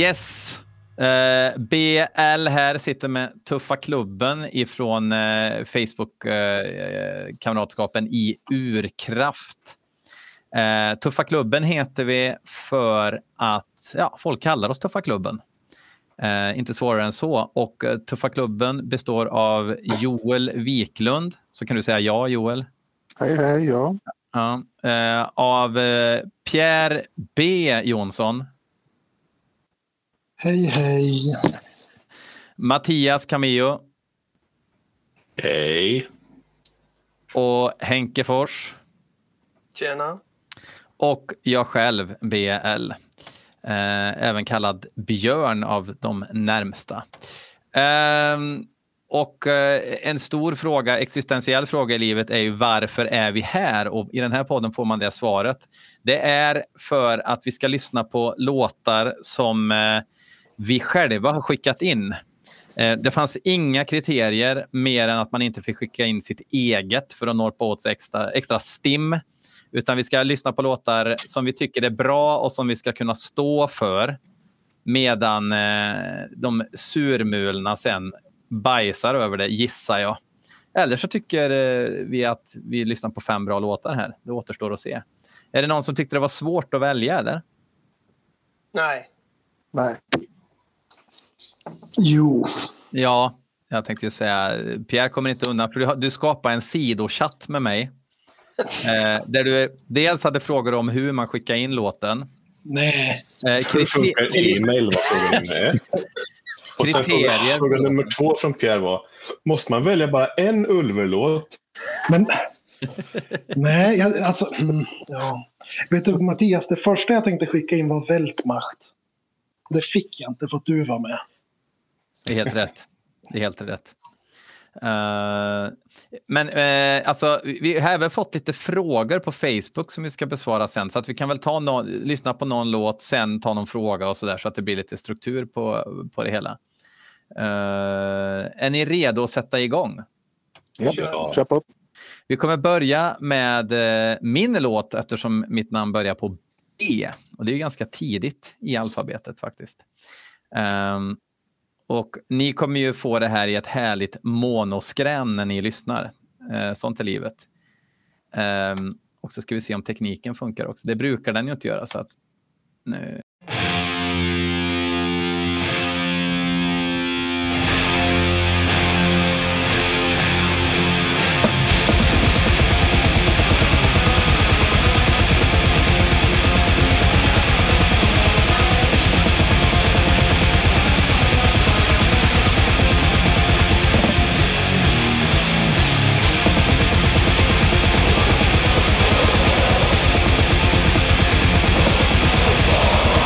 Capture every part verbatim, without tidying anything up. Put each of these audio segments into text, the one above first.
Yes. Uh, B L här sitter med Tuffa klubben ifrån uh, Facebook-kamratskapen uh, i Urkraft. Uh, Tuffa klubben heter vi för att ja, folk kallar oss Tuffa klubben. Uh, inte svårare än så. Och uh, Tuffa klubben består av Joel Wiklund. Så kan du säga ja, Joel. Hej, hej, ja. Uh, uh, av uh, Pierre B. Jonsson. Hej, hej. Mattias Camillo. Hej. Och Henke Fors. Tjena. Och jag själv, B L. Eh, även kallad Björn av de närmsta. Eh, och eh, en stor fråga, existentiell fråga i livet är ju varför är vi här? Och i den här podden får man det svaret. Det är för att vi ska lyssna på låtar som eh, vi själva har skickat in. Eh, det fanns inga kriterier mer än att man inte fick skicka in sitt eget för att norpa åt sig extra, extra stim. Utan vi ska lyssna på låtar som vi tycker är bra och som vi ska kunna stå för. Medan eh, de surmulna sen bajsar över det, gissar jag. Eller så tycker eh, vi att vi lyssnar på fem bra låtar här. Det återstår att se. Är det någon som tyckte det var svårt att välja, eller? Nej. Nej. Jo. Ja, jag tänkte ju säga, Pierre kommer inte undan för du, du skapade en sidochatt med mig. Eh, där du dels hade frågor om hur man skickar in låten. Nej. Eh, Hur funkar e-mail var frågan med. Och sen fråga, fråga nummer två från Pierre var, måste man välja bara en Ulver-låt? Men, nej, jag, alltså, ja. Vet du Mattias, det första jag tänkte skicka in var Weltmacht. Det fick jag inte för att du var med. Det är helt rätt. Det är helt rätt. Uh, men uh, alltså, vi har även fått lite frågor på Facebook som vi ska besvara sen. Så att vi kan väl ta no- lyssna på någon låt, sen ta någon fråga och sådär. Så att det blir lite struktur på, på det hela. Uh, är ni redo att sätta igång? Ja, kör på. Vi kommer börja med uh, min låt eftersom mitt namn börjar på B. Och det är ju ganska tidigt i alfabetet faktiskt. Um, Och ni kommer ju få det här i ett härligt monoskrän när ni lyssnar. Eh, sånt är livet. Eh, och så ska vi se om tekniken funkar också. Det brukar den ju inte göra så att... Nu. Oh,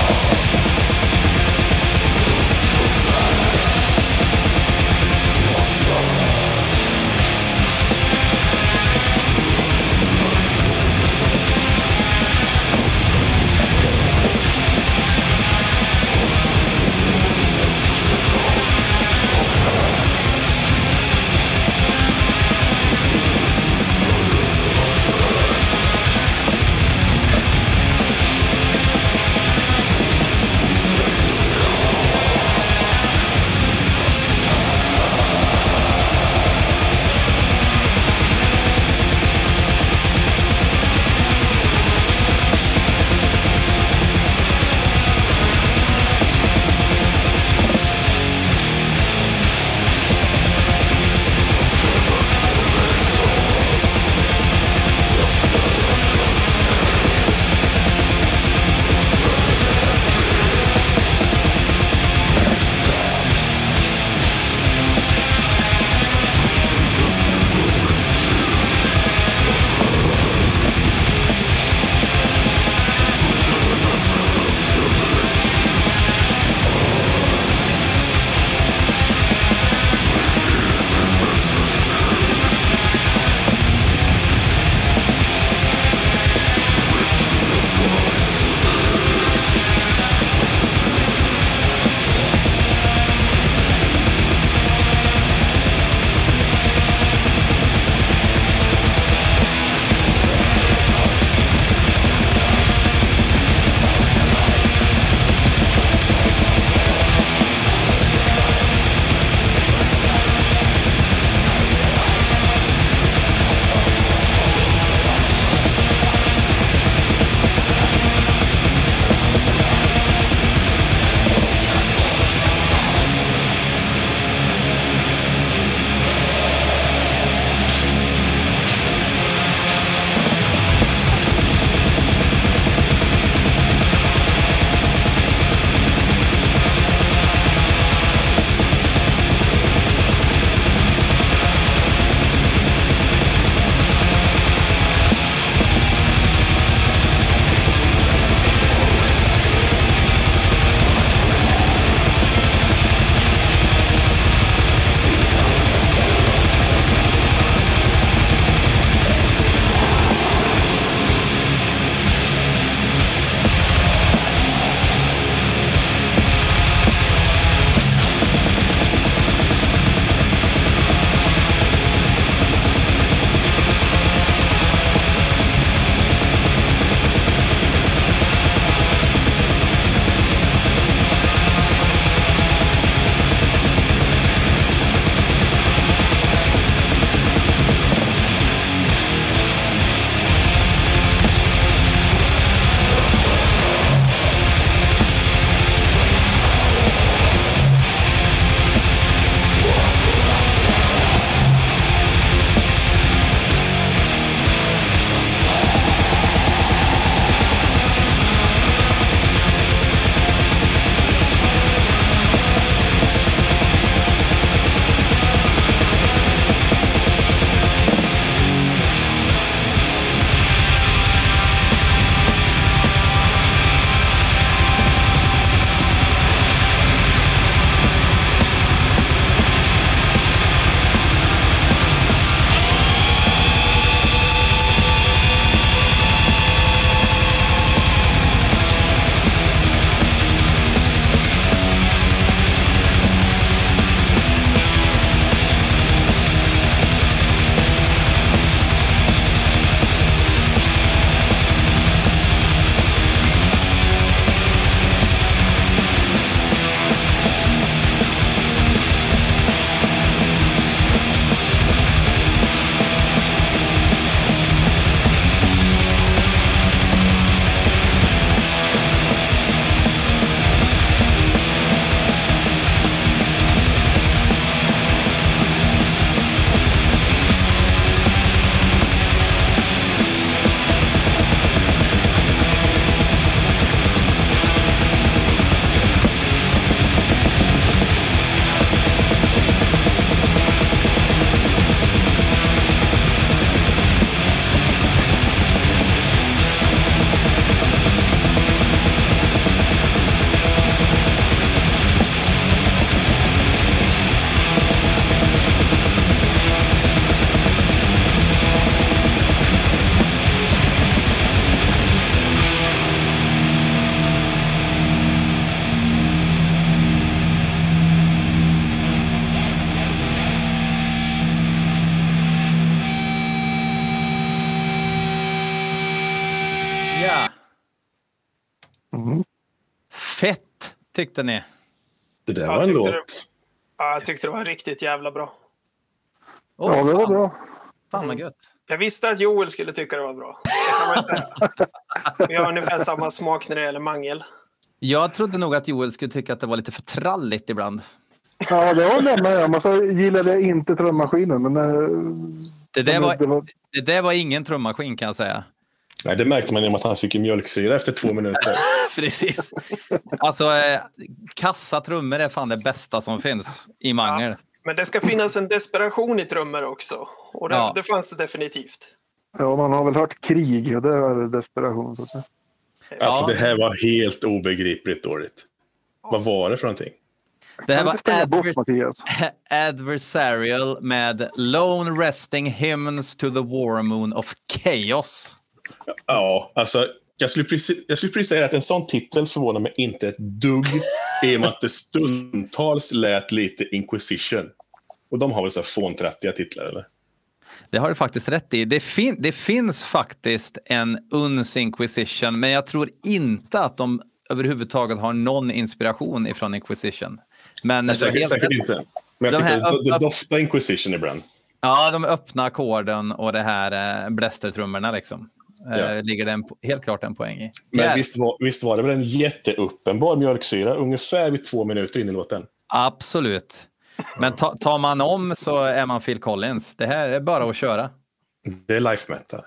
tyckte ni? Det där Jag var en tyckte låt. det- Ja, jag tyckte det var riktigt jävla bra. Åh, Ja, det var fan. bra. Fan vad gött. Jag visste att Joel skulle tycka det var bra. Det kan man ju säga. Vi har ungefär samma smak när det gäller mangel. Jag trodde nog att Joel skulle tycka att det var lite för tralligt ibland. Ja, det var det med. Man så gillade jag inte trummaskinen. Men, eh, Det där men var, det var... det där var ingen trummaskin kan jag säga. Nej, det märkte man genom att han fick ju mjölksyra efter två minuter. Precis. Alltså, eh, kassa trummor är fan det bästa som finns i mangel. Men det ska finnas en desperation i trummor också. Och det, Ja. det fanns det definitivt. Ja, man har väl hört krig och det är desperation. Så att säga. Alltså Ja. det här var helt obegripligt dåligt. Vad var det för någonting? Det här Man var ska spela bort advers- Mattias. adversarial med Lone Resting Hymns to the War Moon of Chaos. Ja, alltså jag skulle, precis, jag skulle precis säga att en sån titel förvånar mig inte ett dugg i och med att det stundtals lät lite Inquisition. Och de har väl så här fåntrattiga titlar, eller? Det har du faktiskt rätt i. Det, fin- det finns faktiskt en uns Inquisition, men jag tror inte att de överhuvudtaget har någon inspiration ifrån Inquisition. Men Nej, det var säkert, helt säkert rätt. inte. Men jag De tycker här att det, det upp- doftar Inquisition ibland. Ja, de öppna ackorden och det här eh, blästertrummorna liksom. Eh, Ja. ligger det en, po- helt klart en poäng i. Men Ja, visst var, visst var det väl en jätteuppenbar mjölksyra ungefär vid två minuter in i låten. absolut. Men ta, tar man om så är man Phil Collins. Det här är bara att köra. Det är life metal.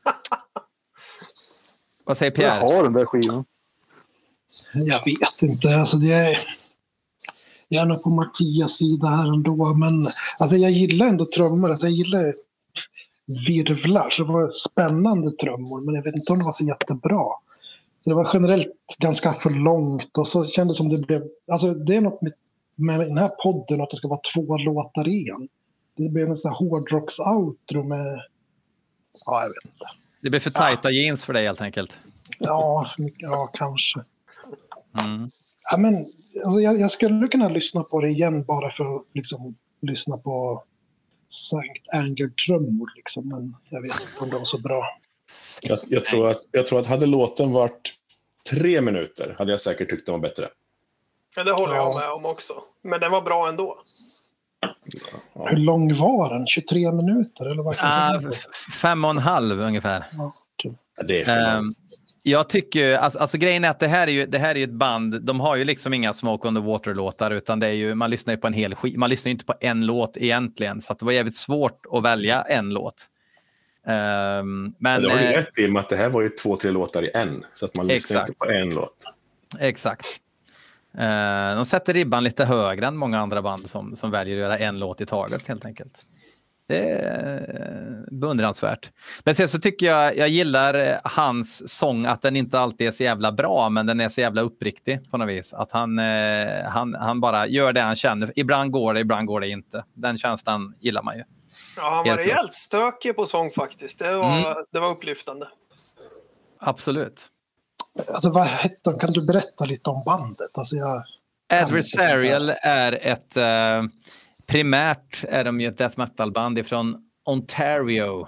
Vad säger Jag Pierre? har den där skivan. Jag vet inte. Alltså det är, jag är nog på Mattias sida här ändå. Men alltså jag gillar ändå trummor. Alltså jag gillar virvlar. Så det var spännande trummor. Men jag vet inte om det var så jättebra. Det var generellt ganska för långt. Och så kändes det som det blev... Alltså det är något med, med den här podden att det ska vara två låtar i en. Det blev en sån här hårdrocks-outro med... Ja, jag vet inte. Det blir för tajta jeans för dig helt enkelt. Ja, ja kanske. Mm. Ja, men, alltså, jag, jag skulle kunna lyssna på det igen bara för att liksom, lyssna på Sankt Anger-trummor. Liksom. Men jag vet inte om det var så bra. Jag, jag, tror att, jag tror att hade låten varit tre minuter hade jag säkert tyckt den var bättre. Ja, det håller jag Ja. med om också. Men den var bra ändå. Ja. Hur lång var den? tjugotre minuter? Eller vad Ah, kan f- fem och en halv ungefär. ja, okej. Det är för Ehm, långt. Jag tycker, alltså, alltså grejen är att det här är ju, det här är ju ett band, de har ju liksom inga Smoke on the Water-låtar, utan det är ju, man lyssnar ju på en hel skit, man lyssnar ju inte på en låt egentligen, så att det var jävligt svårt att välja en låt. Ehm, men Det har du eh, rätt i, med att det här var ju två, tre låtar i en. Så att man lyssnar Exakt. inte på en låt. exakt. Eh, de sätter ribban lite högre än många andra band som, som väljer att göra en låt i taget helt enkelt. Det är beundransvärt. Men sen så tycker jag, jag gillar hans sång, att den inte alltid är så jävla bra, men den är så jävla uppriktig på något vis. Att han, eh, han, han bara gör det han känner. Ibland går det, ibland går det inte. Den känslan gillar man ju. Ja, han var Helt klart. rejält stökig på sång faktiskt. Det var, Mm. det var upplyftande. Absolut. Alltså, vad hette de? Kan du berätta lite om bandet? Alltså, jag... Adversarial är ett... Eh, primärt är de ju ett death metal-band ifrån Ontario.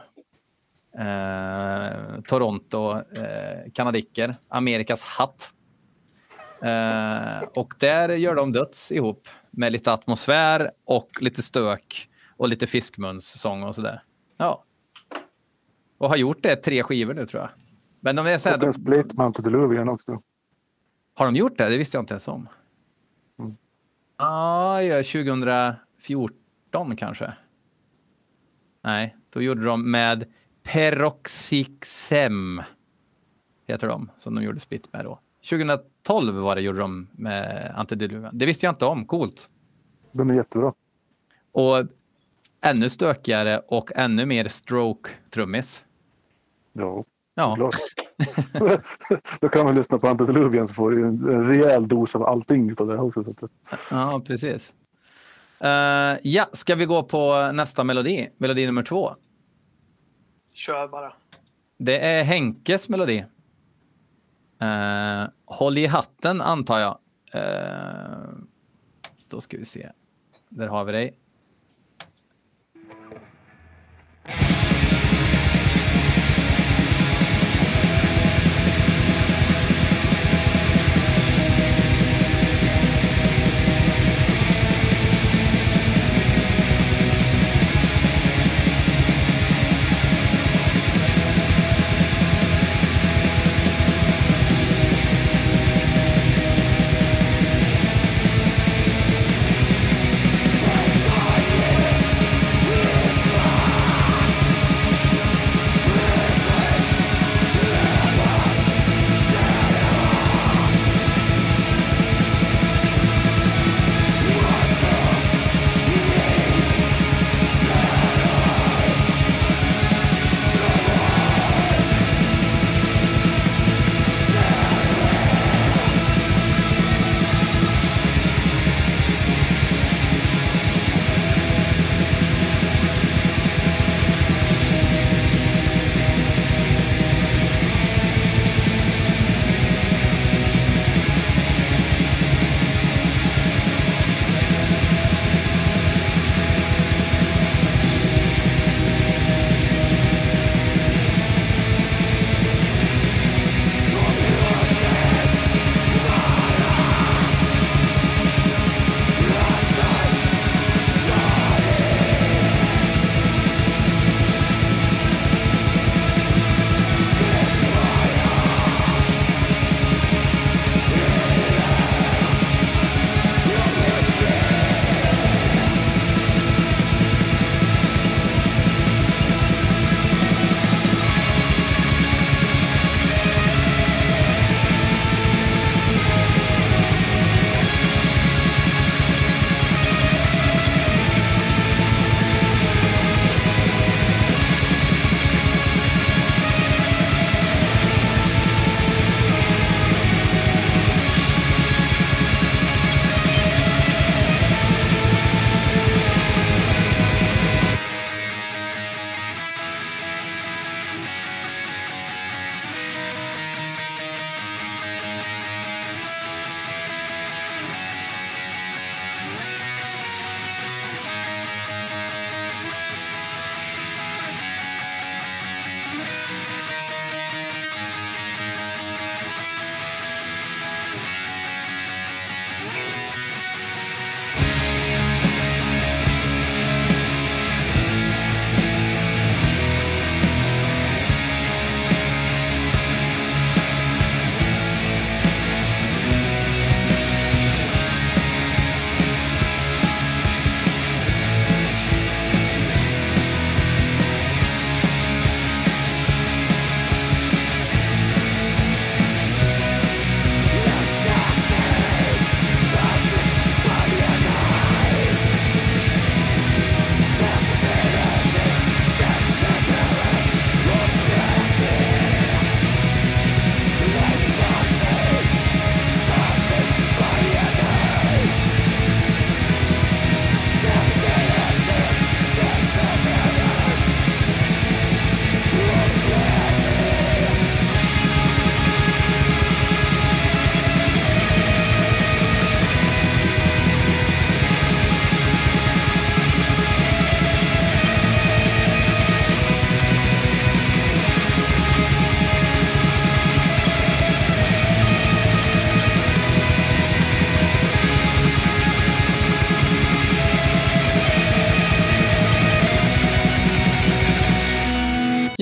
Eh, Toronto, eh, kanadiker, Amerikas hatt. Eh, och där gör de döds ihop med lite atmosfär och lite stök och lite fiskmunssång och sådär. Ja. Och har gjort det tre skivor nu tror jag. Men de är så här, Och en de, split Mounted Illuvian också. har de gjort det? Det visste jag inte ens om. Mm. Ah, ja, tjugohundrafjorton kanske. Nej, då gjorde de med Peroxixem. Heter de, som de gjorde split med då. tjugohundratolv var det gjorde de med Antidiluvian. Det visste jag inte om. Coolt. Den är jättebra. Och ännu stökigare och ännu mer stroke-trummis. Ja, Ja, klart. Då kan man lyssna på Mounted Illuvian så får du en, en rejäl dos av allting på det också. Så att, ja precis. Uh, ja, ska vi gå på nästa melodi? Melodi nummer två. Kör bara. Det är Henkes melodi. Uh, håll i hatten antar jag. Uh, då ska vi se. Där har vi dig.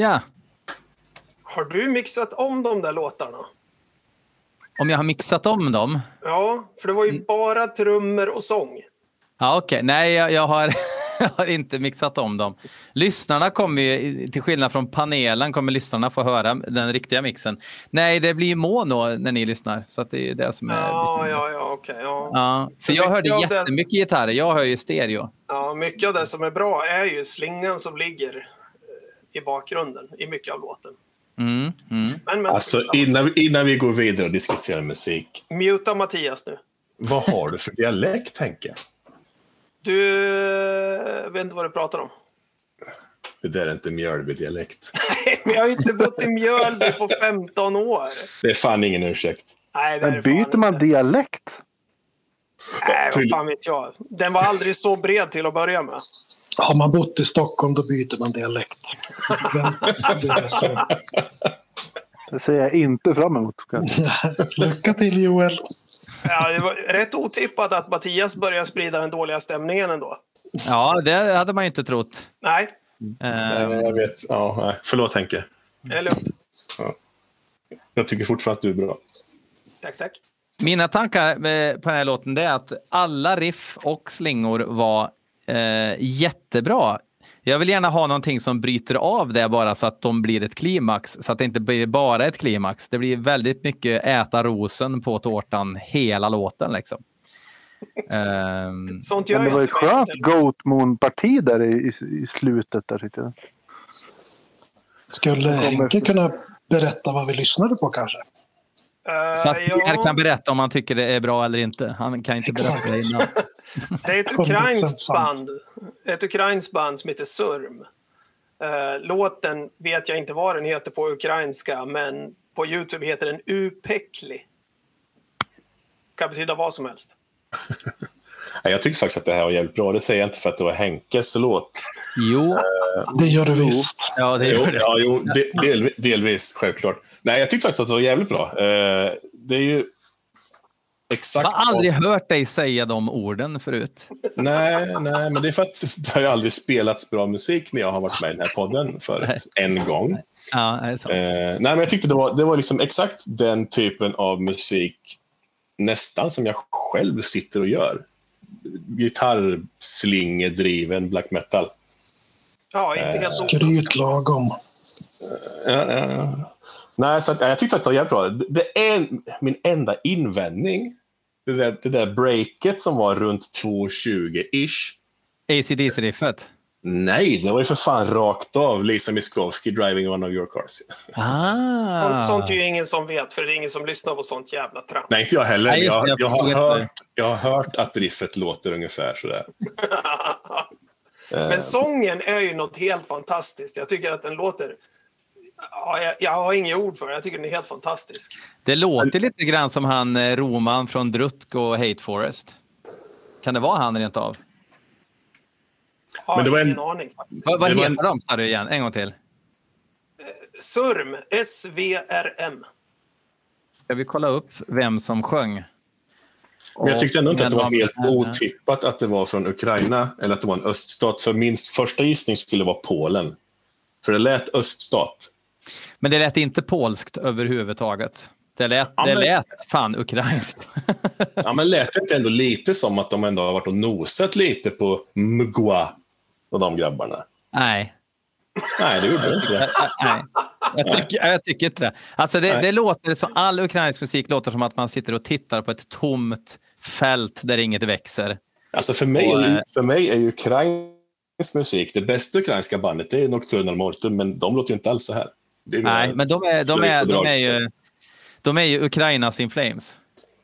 Ja. Har du mixat om de där låtarna? Om jag har mixat om dem? Ja, för det var ju bara trummor och sång. Ja, okej. Okay. Nej, jag, jag, har, jag har inte mixat om dem. Lyssnarna kommer ju, till skillnad från panelen, kommer lyssnarna få höra den riktiga mixen. Nej, det blir mono när ni lyssnar. Så att det är det som är... Ja, ja, ja, okej. Okay, ja. Ja, för jag hörde jättemycket det... gitarrer. Jag hör ju stereo. Ja, mycket av det som är bra är ju slingan som ligger i bakgrunden i mycket av låten. Mm, mm. Men, men, alltså, innan, innan vi går vidare och diskuterar musik. Muta Mattias nu. Vad har du för dialekt, tänker jag? Du vet inte vad du pratar om. Det där är inte Mjölby-dialekt. Nej, men jag har inte bott i Mjölby på femton år. Det är fan ingen ursäkt. Nej, det är men byter man inte. dialekt? Nej, vad fan vet jag. Den var aldrig så bred till att börja med. Har man bott i Stockholm då byter man dialekt. Det är så. Det ser jag inte fram emot. Lycka till, Joel. Ja, det var rätt otippat att Mattias började sprida den dåliga stämningen ändå. Ja, det hade man ju inte trott. Nej. Um, nej, jag vet. Ja, nej. Förlåt, Henke. Det är lugnt. Ja. Jag tycker fortfarande att du är bra. Tack, tack. Mina tankar på den här låten är att alla riff och slingor var eh, jättebra. Jag vill gärna ha någonting som bryter av det bara så att de blir ett klimax. Så att det inte blir bara ett klimax. Det blir väldigt mycket äta rosen på tårtan hela låten liksom. um, Sånt gör Men det var ju ett skönt Goat Moon-parti där i, i, i slutet där, tyckte jag. Skulle Henke kunna berätta vad vi lyssnade på kanske? Uh, så att ja. Pierre kan berätta om han tycker det är bra eller inte. Han kan inte berätta det innan. Det är ett ukrainskt band. Ett ukrainskt band som heter Surm. Uh, låten vet jag inte vad den heter på ukrainska, men på YouTube heter den Upekli. Kan betyda vad som helst. Jag tyckte faktiskt att det här var jävligt bra. Det säger jag inte för att det var Henkes låt. Jo. Det gör du visst. Ja, det gör det. Ja, jo, del, delvis, självklart. Nej, jag tyckte faktiskt att det var jävligt bra. Det är ju exakt... Jag har aldrig så... hört dig säga de orden förut. Nej, nej, men det är för att det har ju aldrig spelats bra musik när jag har varit med i den här podden förut. En gång. Ja, det är sant. nej, men jag tyckte det var, det var liksom exakt den typen av musik nästan som jag själv sitter och gör. Gitarrslingedriven black metal. Ja, inte helt osant. Skryt lagom. Ja, ja, ja. Nej, så att, jag tyckte att det var jävligt bra. Det är min enda invändning. Det där, det där breaket som var runt två tjugo-ish. A C D C-riffet? Nej, det var ju för fan rakt av Lisa Miskovsky driving one of your cars. Ah. Sånt, sånt är ju ingen som vet, för det är ingen som lyssnar på sånt jävla trams. Nej, inte jag heller. Nej, jag, jag, jag, har hört, jag har hört att riffet låter ungefär sådär. Men sången är ju något helt fantastiskt. Jag tycker att den låter... Ja, jag, jag har inga ord för det. Jag tycker den är helt fantastisk. Det låter lite grann som han Roman från Drutk och Hate Forest. Kan det vara han rent av? Ja, men det var en... ingen aning faktiskt. Vad, vad heter en... de, sa du igen? En gång till. Surm. S V R M. Ska vi kolla upp vem som sjöng? Men jag tyckte ändå inte att det var helt äh, otippat att det var från Ukraina eller att det var en öststat. För min första gissning skulle vara Polen. För det lät öststat. Men det lät inte polskt överhuvudtaget. Det lät, ja, men... det lät fan ukrainskt. Ja, men lät det inte ändå lite som att de ändå har varit och nosat lite på Mgwa och de grabbarna? Nej. Nej, det gjorde det inte. Nej. Jag tycker, jag tycker inte det. Alltså det, det låter som, all ukrainsk musik låter som att man sitter och tittar på ett tomt fält där inget växer. Alltså för mig, och, för mig är ju ukrainsk musik, det bästa ukrainska bandet, det är Nocturnal Mortum, men de låter ju inte alls så här. Nej, men de är, de är, de är ju de är ju Ukrainas In Flames.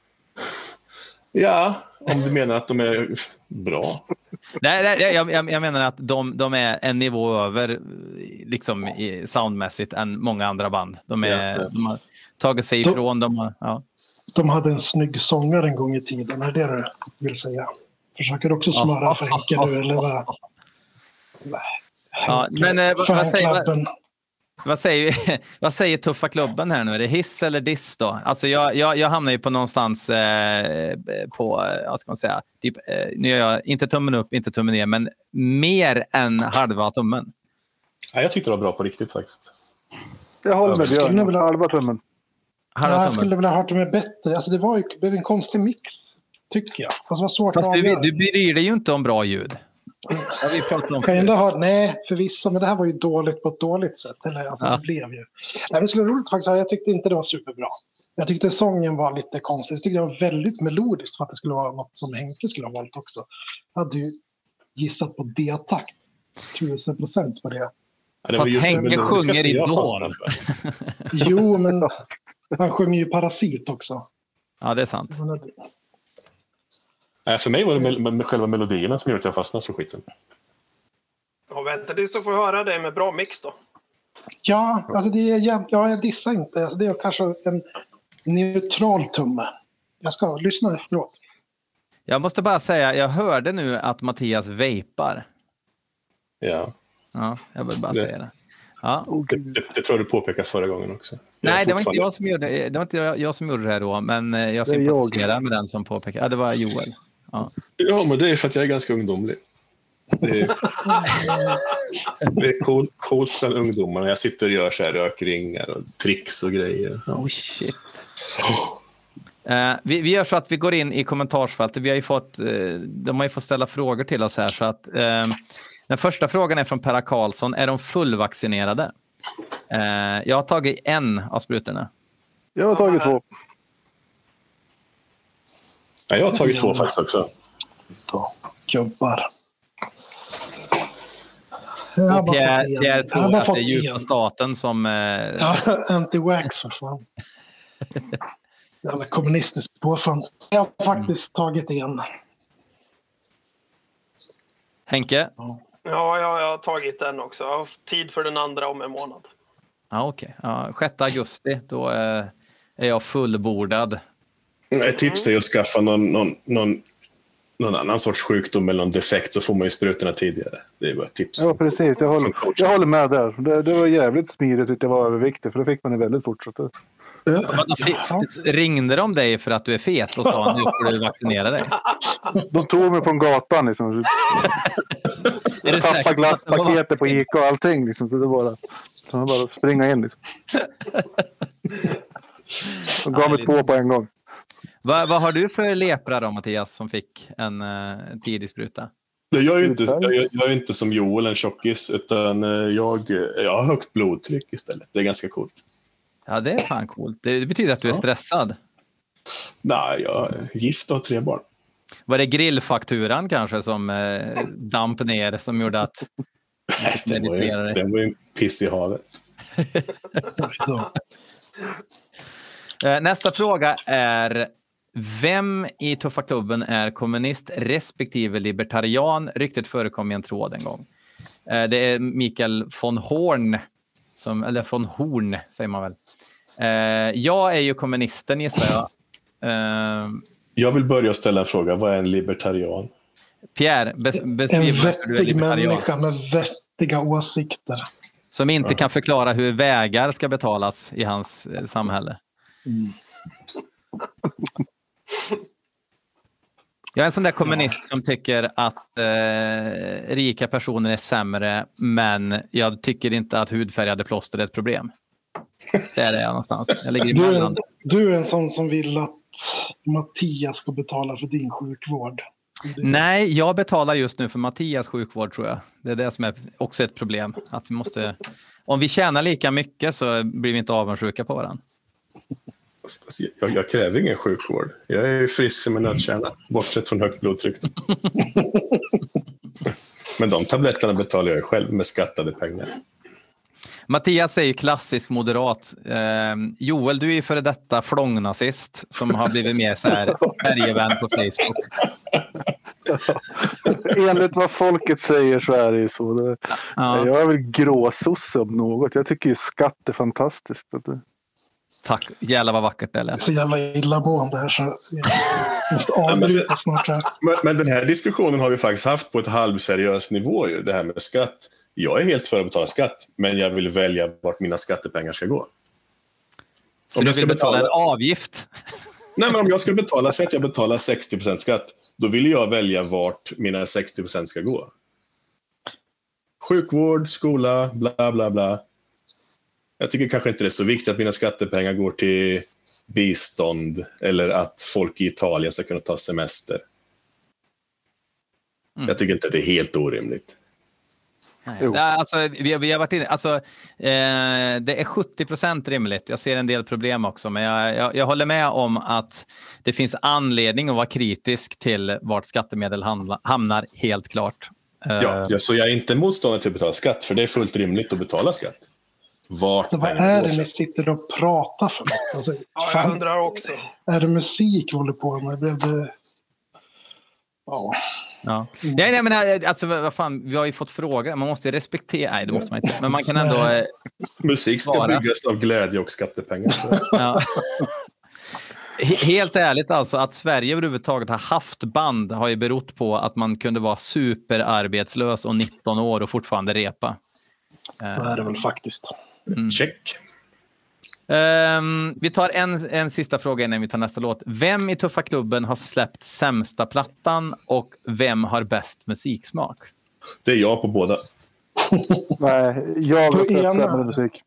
Ja, om du menar att de är bra. Nej, nej jag, jag, jag menar att de, de är en nivå över liksom i soundmässigt än många andra band. De, är, ja, ja. de har tagit sig ifrån. De, har, ja. de hade en snygg sångare en gång i tiden, är det du vill säga? Försöker också smöra för Henke nu, eller vad? Nej. Ja, men eh, vad, vad, säger, vad, vad, säger, vad säger tuffa klubben här nu? Är det hiss eller diss då? Alltså jag, jag, jag hamnar ju på någonstans eh, på, vad ska man säga, typ, eh, nu gör jag inte tummen upp, inte tummen ner, men mer än halva tummen. Ja, jag tyckte det var bra på riktigt faktiskt. Jag håller med Jag skulle Björn. vilja- Halva tummen. Ja, jag skulle vilja ha det med bättre. Alltså det var ju det blev en konstig mix, tycker jag. Alltså, det var svårt Fast att du, avgöra. du bryr dig ju inte om bra ljud. Ja, vi pratar om Kan ju ändå ha, nej, förvisso, men det här var ju dåligt på ett dåligt sätt. Eller, alltså, Ja. det blev ju. Nej, men det skulle vara roligt faktiskt. Jag tyckte inte det var superbra. Jag tyckte sången var lite konstig. Jag tyckte det var väldigt melodiskt för att det skulle vara något som Henke skulle ha valt också. Jag hade ju gissat på D-takt. Tusen procent på det. Ja, det var Fast just det Henke melodiska sjunger som jag Idol. fastnade för. Jo, men han sjunger ju Parasit också. Ja, det är sant. Nej, för mig var det med, med själva melodierna som gjorde att jag fastnade för skiten. Ja, vänta tills du får höra dig med bra mix då. Ja, alltså det är, ja, jag dissar inte. Alltså det är kanske en neutral tumme. Jag ska lyssna efteråt. Jag måste bara säga, jag hörde nu att Mattias vejpar. Ja. Ja, jag vill bara Det- säga det. Ja. Det, det, det tror jag du påpekade förra gången också. Jag Nej, är det var inte fortfarande- jag som gjorde det. Det var inte jag, jag som gjorde det här då, men eh, jag Det är sympatiserar med den som påpekade. Ja, det var Joel. Ja. Ja, men det är för att jag är ganska ungdomlig. Det är, det är coolt, coolt bland ungdomarna. Jag sitter och gör så här rökringar och tricks och grejer. Ja. Oh shit. Eh, vi, vi gör så att vi går in i kommentarsfältet. Vi har ju fått, eh, de har ju fått ställa frågor till oss här. Så att, eh, den första frågan är från Perra Karlsson. Är de fullvaccinerade? Eh, jag har tagit en av sprutorna. Jag har tagit två. Ja, jag har tagit två faktiskt också. Gubbar. Jag har Och bara Pierre, fått en. Pierre Jag har tror bara att fått det är djupa en. staten som... Eh, Ja, anti-wax för fan. Jävla kommunistiskt påfund. Jag har faktiskt tagit en. Henke? Ja. Ja, jag, jag har tagit den också. Jag har haft tid för den andra om en månad. Ja, okej. Ja, sjätte augusti, då eh, är jag fullbordad. Ett tips är att skaffa någon, någon, någon, någon annan sorts sjukdom eller någon defekt, så får man ju sprutorna tidigare. Det är bara ett tips. Ja, precis. Jag håller, jag håller med där. Det, det var jävligt smidigt att jag var överviktig, för då fick man det väldigt fort. Så att det... Vadå, fi- ringde de dig för att du är fet och sa nu får du vaccinera dig? De tog mig på en gatan liksom. Så Är det tappade säkert? glasspaketet på Ica och allting liksom. Så det var bara, så det var bara att springa in liksom. De gav mig två på en gång. Vad, vad har du för lepra då, Mattias, som fick en uh, tidig spruta? Jag är ju inte, jag, jag är inte som Joel, en tjockis, utan jag, jag har högt blodtryck istället. Det är ganska coolt. Ja, det är fan coolt. Det, det betyder att du är stressad. Nej, jag är gift och har tre barn. Var det grillfakturan kanske som eh, damp ner som gjorde att... Nej, den var ju, den var ju en piss i havet. Eh, nästa fråga är: vem i Tuffa klubben är kommunist respektive libertarian? Ryktet förekom i en tråd en gång. Eh, det är Mikael von Horn, som, eller von Horn säger man väl. Eh, jag är ju kommunisten, gissar jag. Eh, Jag vill börja ställa en fråga. Vad är en libertarian? Pierre, bes- En beskriv varför du är vettig libertarian. människa med vettiga åsikter. Som inte kan förklara hur vägar ska betalas i hans eh, samhälle. Mm. Jag är en sån där kommunist som tycker att eh, rika personer är sämre, men jag tycker inte att hudfärgade plåster är ett problem. Det är det jag någonstans. Jag ligger Du är, emellan. du är en sån som vill att Mattias ska betala för din sjukvård. Det- Nej, jag betalar just nu för Mattias sjukvård, tror jag. Det är det som är också ett problem. Att vi måste, om vi tjänar lika mycket så blir vi inte avundsjuka på varandra. Alltså, Jag, jag kräver ingen sjukvård. Jag är ju frisk som en nötkärna, bortsett från högt blodtryck. Men de tabletterna betalar jag själv med skattade pengar. Mattias är ju klassisk moderat. Eh, Joel, du är ju före detta flångnazist som har blivit mer så här färgevän på Facebook. Enligt vad folket säger så är det ju så. Det, Ja. Jag är väl gråsosse om något. Jag tycker ju skatt är fantastiskt. Det, Tack, jävlar vad vackert det Jag är lät. så jävla illamående här så jag måste avbryta snart här. Men, men den här diskussionen har vi faktiskt haft på ett halvseriös nivå, ju, det här med skatt. Jag är helt för att betala skatt, men jag vill välja vart mina skattepengar ska gå. Så du vill betala en avgift? Nej, men om jag ska betala, säg att jag betalar sextio procent skatt, då vill jag välja vart mina sextio procent ska gå. sjukvård, skola, bla bla bla. Jag tycker kanske inte det är så viktigt att mina skattepengar går till bistånd eller att folk i Italien ska kunna ta semester. Mm. Jag tycker inte att det är helt orimligt. Nej, alltså, vi, vi har varit inne, alltså, eh, det är sjuttio procent rimligt. Jag ser en del problem också, men jag, jag, jag håller med om att det finns anledning att vara kritisk till vart skattemedel hamnar, hamnar helt klart. Eh, ja, så jag är inte motståndare till att betala skatt, för det är fullt rimligt att betala skatt. Vart vad är det ni sitter och pratar för något? Alltså, ja, jag undrar också. Är det musik vi håller på med? Blev det... Ja. Ja. Nej, nej, men alltså, vad fan, vi har ju fått frågor. Man måste ju respektera... Nej, det måste man inte. Men man kan ändå... Eh, musik ska svara. Byggas av glädje och skattepengar. Ja. Helt ärligt alltså, att Sverige överhuvudtaget har haft band har ju berott på att man kunde vara superarbetslös och nitton år och fortfarande repa. Så är det väl faktiskt. Mm. Check. Um, vi tar en, en sista fråga innan vi tar nästa låt. Vem i Tuffa klubben har släppt sämsta plattan och vem har bäst musiksmak? Det är jag på båda. Nej, jag har släppt sämre musik.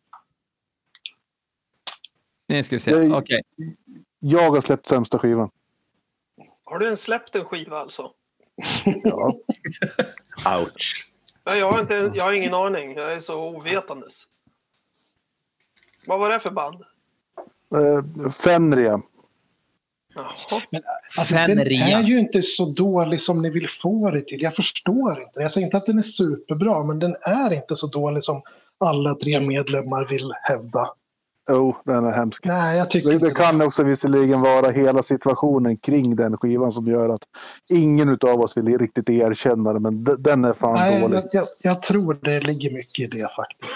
Nu ska vi se. Okej. Okay. Jag har släppt sämsta skivan. Har du en släppt en skiva alltså? Ja. Ouch. Nej, jag har, inte, jag har ingen aning. Jag är så ovetandes. Vad var det för band? Uh, Fenria. Jaha. Men, alltså, den är ju inte så dålig som ni vill få det till. Jag förstår inte. Jag säger inte att den är superbra, men den är inte så dålig som alla tre medlemmar vill hävda. Jo, oh, den är hemsk. Nej, jag tycker det, inte det kan det. Också visserligen vara hela situationen kring den skivan som gör att ingen av oss vill riktigt erkänna det, men d- den är fan Nej, dålig. Jag, jag, jag tror det ligger mycket i det faktiskt.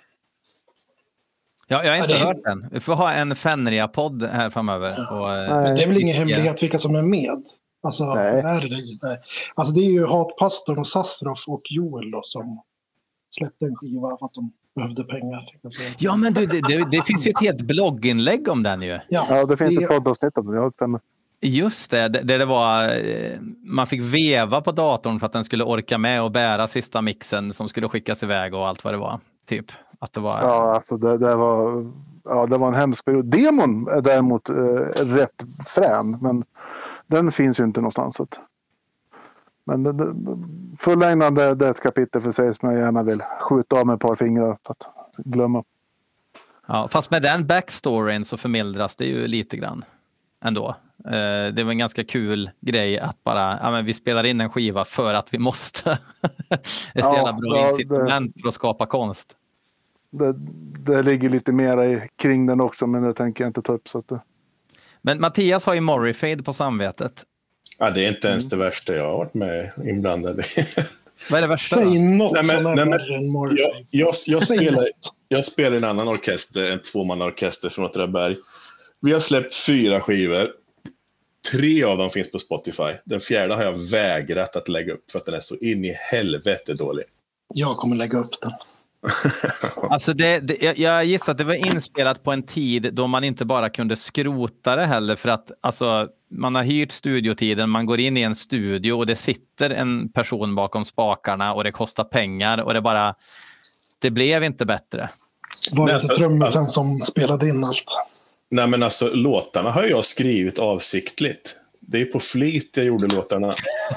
Ja, jag har inte ja, det... hört den. Vi får ha en Fenria-podd här framöver. Och, men det är väl ingen hemlighet vilka som är med? Alltså, Nej. Är det, nej. Alltså det är ju Hatpastorn och Sastrof och Joel då, som släppte en skiva för att de behövde pengar. Ja, men du, det, det, det finns ju ett helt blogginlägg om den ju. Ja, ja det finns det... ett poddavsnitt om det. Ja, stämmer. Just det, det, det var, man fick veva på datorn för att den skulle orka med och bära sista mixen som skulle skickas iväg och allt vad det var. Typ. Att det var... Ja, alltså det, det, var, ja, det var en hemsk period. Demon är däremot eh, rätt frän, men den finns ju inte någonstans. Så. Men det, det, fullängdande det är ett kapitel för sig som jag gärna vill skjuta av med ett par fingrar för att glömma. Ja, fast med den backstoryn så förmildras det ju lite grann ändå. Eh, det var en ganska kul grej att bara, ja men vi spelar in en skiva för att vi måste. Det är så ja, jävla bra ja, incitament det... för att skapa konst. Det, det ligger lite mer i, kring den också, men det tänker jag inte ta upp. Så att det... Men Mattias har ju Morrifade på samvetet. Ja, det är inte ens det värsta jag har varit med inblandad i. Vad är det värsta? Säg något nej, men, som är nej, värre än Morrifade. Jag, jag, jag, spelar, jag spelar en annan orkester, en tvåmannaorkester från Åtvidaberg. Vi har släppt fyra skivor. Tre av dem finns på Spotify. Den fjärde har jag vägrat att lägga upp för att den är så in i helvete dålig. Jag kommer lägga upp den. Alltså det, det, jag, jag gissar att det var inspelat på en tid då man inte bara kunde skrota det heller, för att alltså, man har hyrt studiotiden, man går in i en studio och det sitter en person bakom spakarna och det kostar pengar och det bara, det blev inte bättre. Var det inte trummisen som spelade in allt? Nej, men alltså låtarna har jag skrivit avsiktligt. Det är på flit jag gjorde låtarna.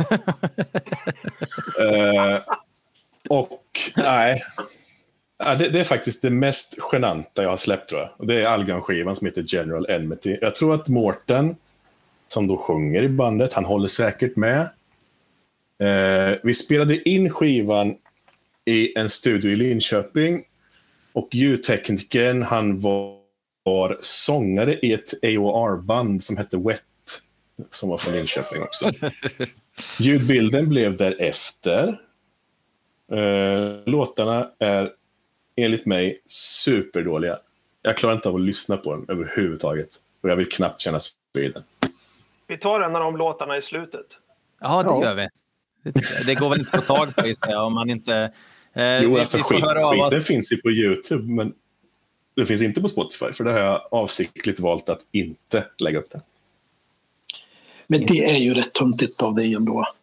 uh, och nej, ja, det, det är faktiskt det mest genanta jag har släppt, tror jag. Och det är Algan-skivan som heter General Enmity. Jag tror att Mårten, som då sjunger i bandet, han håller säkert med. Uh, vi spelade in skivan i en studio i Linköping och ljudteknikern, han var var sångare i ett A O R-band som hette Wet, som var från Linköping också. Ljudbilden blev därefter. Uh, låtarna är enligt mig superdåliga. Jag klarar inte av att lyssna på dem överhuvudtaget. Och jag vill knappt känna vid den. Vi tar en av de låtarna i slutet. Ja, det ja. gör vi. Det går väl inte att få tag på just det, om man inte... Eh, jo, alltså skit, skiten finns ju på YouTube, men det finns inte på Spotify, för det har jag avsiktligt valt att inte lägga upp det. Men det är ju rätt töntigt av dig ändå.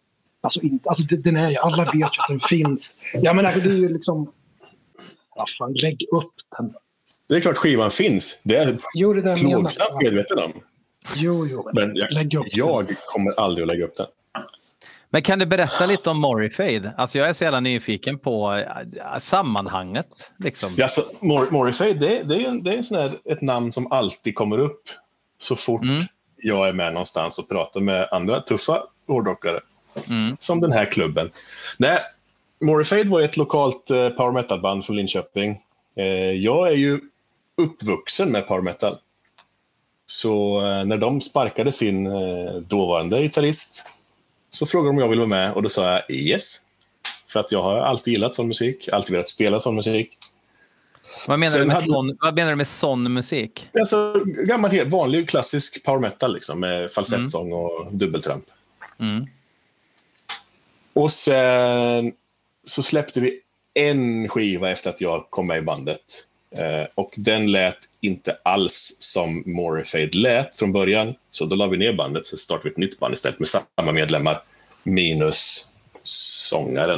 Alltså, inte, alltså den är ju, alla vet ju att den finns. Ja, men alltså, det är ju liksom... Ja, fan, lägg upp den. Det är klart skivan finns. Det är jo, det där plågsamt medveten om. Jo, jo. Men jag, lägg upp jag den. kommer aldrig att lägga upp den. Men kan du berätta lite om Morrifade? Alltså jag är så jävla nyfiken på äh, sammanhanget. Liksom. Ja, så Mor- Morrifade, det, det är ju det är sån här, ett namn som alltid kommer upp så fort mm. jag är med någonstans och pratar med andra tuffa hårdrockare. Mm. Som den här klubben. Nej, Morrifade var ett lokalt eh, power metal-band från Linköping. Eh, jag är ju uppvuxen med power metal. Så eh, när de sparkade sin eh, dåvarande gitarrist så frågade de om jag ville vara med och då sa jag yes. För att jag har alltid gillat sån musik, alltid velat spela sån musik. Vad menar, du med, hade... sån, vad menar du med sån musik? Alltså gammal, helt vanlig klassisk power metal liksom, med falsettsång mm. och dubbeltramp. Mm. Och sen så släppte vi en skiva efter att jag kom med i bandet. Eh, och den lät inte alls som Morrifade lät från början. Så då la vi ner bandet, så startade vi ett nytt band istället med samma medlemmar minus sångaren.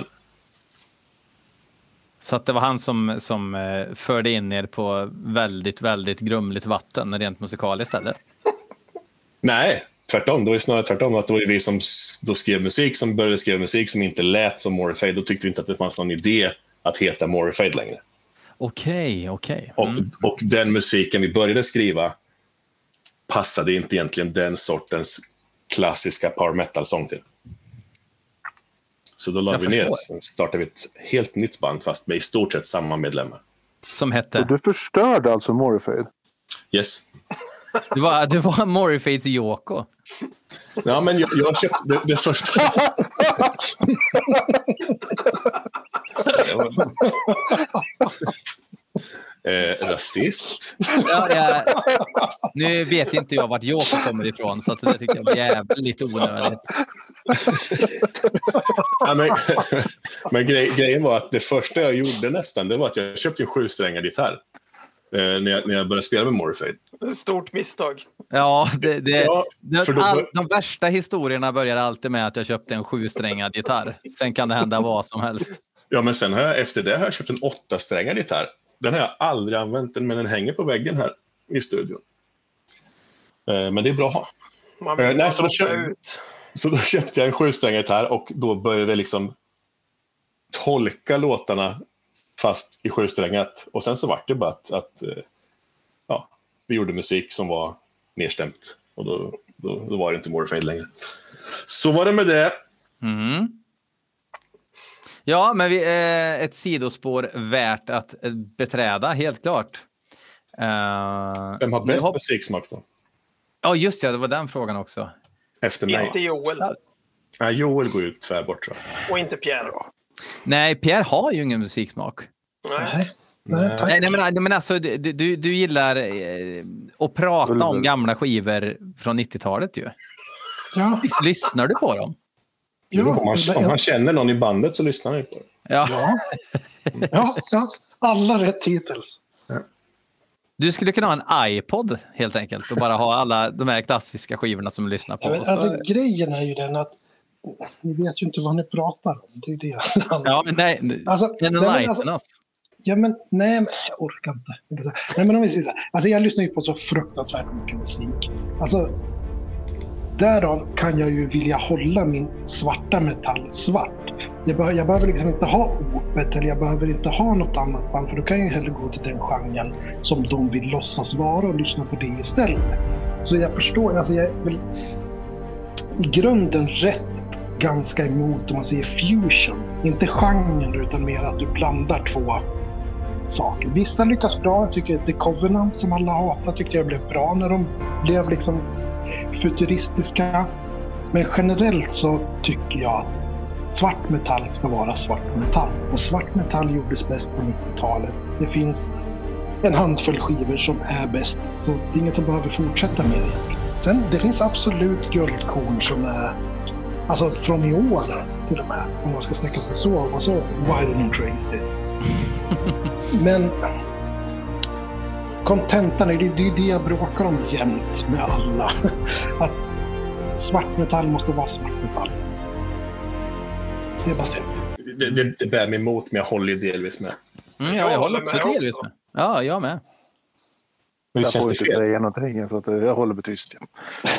Så att det var han som, som eh, förde in er på väldigt, väldigt grumligt vatten rent musikaliskt istället? Nej, tvärtom. Det var ju snarare tvärtom. Att det var vi som då skrev musik som började skriva musik som inte lät som Morrifade. Då tyckte vi inte att det fanns någon idé att heta Morrifade längre. Okej, okej. Mm. Och, och den musiken vi började skriva passade inte egentligen den sortens klassiska power metal-sång till. Så då la vi ner och sen startade vi ett helt nytt band fast med i stort sett samma medlemmar. Som hette? Och du förstörde alltså Morrifade? Yes. Du var, du var Morrifades Yoko. Ja, men jag, jag köpte det, det första... eh, rasist. Ja, ja. Nu vet inte jag vart Yoko kommer ifrån, så att det tycker jag var jävligt onödigt. Ja, men men grej, grejen var att det första jag gjorde nästan, det var att jag köpte en sjusträngad gitarr. Eh, när, jag, när jag började spela med Morrifade. Stort misstag. Ja, det, det, ja det, då... all, de värsta historierna börjar alltid med att jag köpte en sjusträngad gitarr. Sen kan det hända vad som helst. Ja, men sen har jag, efter det har jag köpt en åttasträngad gitarr. Den har jag aldrig använt, men den hänger på väggen här i studion. Eh, men det är bra att ha. Man vill eh, nej, så, då köpt, ut. så då köpte jag en sjusträngad gitarr och då började jag liksom tolka låtarna fast i sjusträngat. Och sen så var det bara att, att ja, vi gjorde musik som var nedstämt. Och då, då, då var det inte Morrifade längre. Så var det med det. Mm. Ja, men vi är ett sidospår värt att beträda, helt klart. Uh, Vem har bäst hopp- musiksmak då? Ja, just det, det var den frågan också. Efter mig. Inte Joel. Ja, Joel går ut tvär bort. Så. Och inte Pierre. Nej, Pierre har ju ingen musiksmak. Nej. Nej, tack. Nej, men, men alltså, du, du, du gillar eh, att prata mm. om gamla skivor från nittiotalet ju. Ja. Lyssnar du på dem? Ja, om, man, om man känner någon i bandet så lyssnar man på det. Ja. Ja. ja, ja, alla rätt hittills. Ja. Du skulle kunna ha en iPod helt enkelt och bara ha alla de här klassiska skivorna som du lyssnar på. Ja, men, alltså, grejen är ju den att ni vet ju inte vad ni pratar om. Det är det. Ja, men nej. Alltså, nej, men, alltså, ja, men nej, men jag orkar inte. Nej, men om vi säger så här, alltså jag lyssnar ju på så fruktansvärt mycket musik. Alltså, därav kan jag ju vilja hålla min svarta metall svart. Jag, be- jag behöver liksom inte ha Opet eller jag behöver inte ha något annat band, för då kan jag ju hellre gå till den genren som de vill låtsas vara och lyssna på det istället. Så jag förstår, alltså jag är väl i grunden rätt ganska emot om man säger fusion. Inte genren utan mer att du blandar två saker. Vissa lyckas bra, jag tycker The Covenant som alla hatar tyckte jag blev bra när de blev liksom futuristiska. Men generellt så tycker jag att svart metall ska vara svart metall. Och svart metall gjordes bäst på nittiotalet. Det finns en handfull skivor som är bäst. Så det är ingen som behöver fortsätta med det. Sen det finns absolut guldkorn som är alltså från i år till och med. Om man ska snacka sig så. Och så Wild and Crazy. Men kontentan är det, det är det jag bråkar om jämt med alla. Att svart metall måste vara svart metall. Det är bara det, det, det bär mig emot, men jag håller ju delvis med. Mm, ja, jag, jag håller också med delvis också. med. Ja, jag med. Men det jag känns får det inte fel. säga någonting, så att jag håller mig tyst. Ja.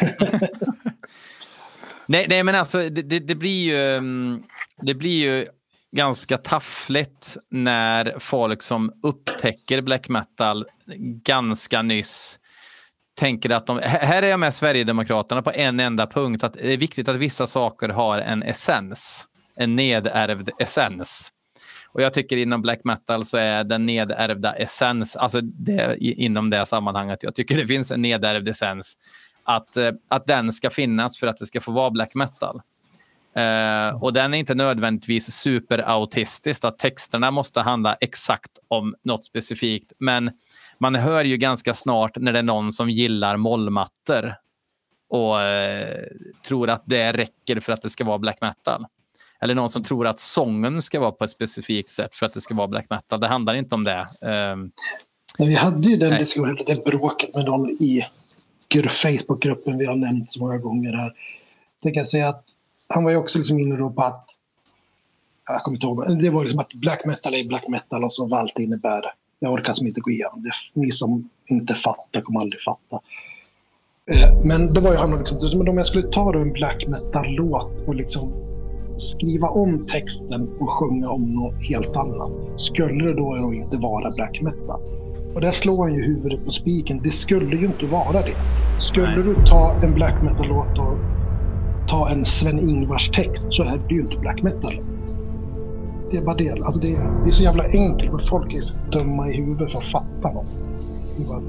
nej, nej, men alltså det, det, det blir ju det blir ju ganska taffligt när folk som upptäcker black metal ganska nyss tänker att de, här är jag med Sverigedemokraterna på en enda punkt, att det är viktigt att vissa saker har en essens, en nedärvd essens. Och jag tycker inom black metal så är den nedärvda essens, alltså det, inom det sammanhanget, jag tycker det finns en nedärvd essens, att, att den ska finnas för att det ska få vara black metal. Uh, och den är inte nödvändigtvis superautistiskt, att texterna måste handla exakt om något specifikt, men man hör ju ganska snart när det är någon som gillar mollmattor och uh, tror att det räcker för att det ska vara black metal. Eller någon som tror att sången ska vara på ett specifikt sätt för att det ska vara black metal. Det handlar inte om det. Um, vi hade ju den diskussionen, det bråket med någon i Facebookgruppen vi har nämnt så många gånger här. Jag kan säga att han var ju också liksom inne då på att, jag kommer inte ihåg, det var liksom att black metal är black metal och så vad allt innebär. Jag orkar som inte gå igenom det. Ni som inte fattar kommer aldrig fatta. Men det var ju han liksom, men om jag skulle ta då en black metal-låt och liksom skriva om texten och sjunga om något helt annat, skulle det då nog inte vara black metal. Och där slår han ju huvudet på spiken. Det skulle ju inte vara det. Skulle Nej. du ta en black metal-låt och ta en Sven-Ingvars text så är det ju inte black metal. Det är bara det. Alltså det, är, det är så jävla enkelt, men folk är dumma i huvudet för att fatta något. Bara...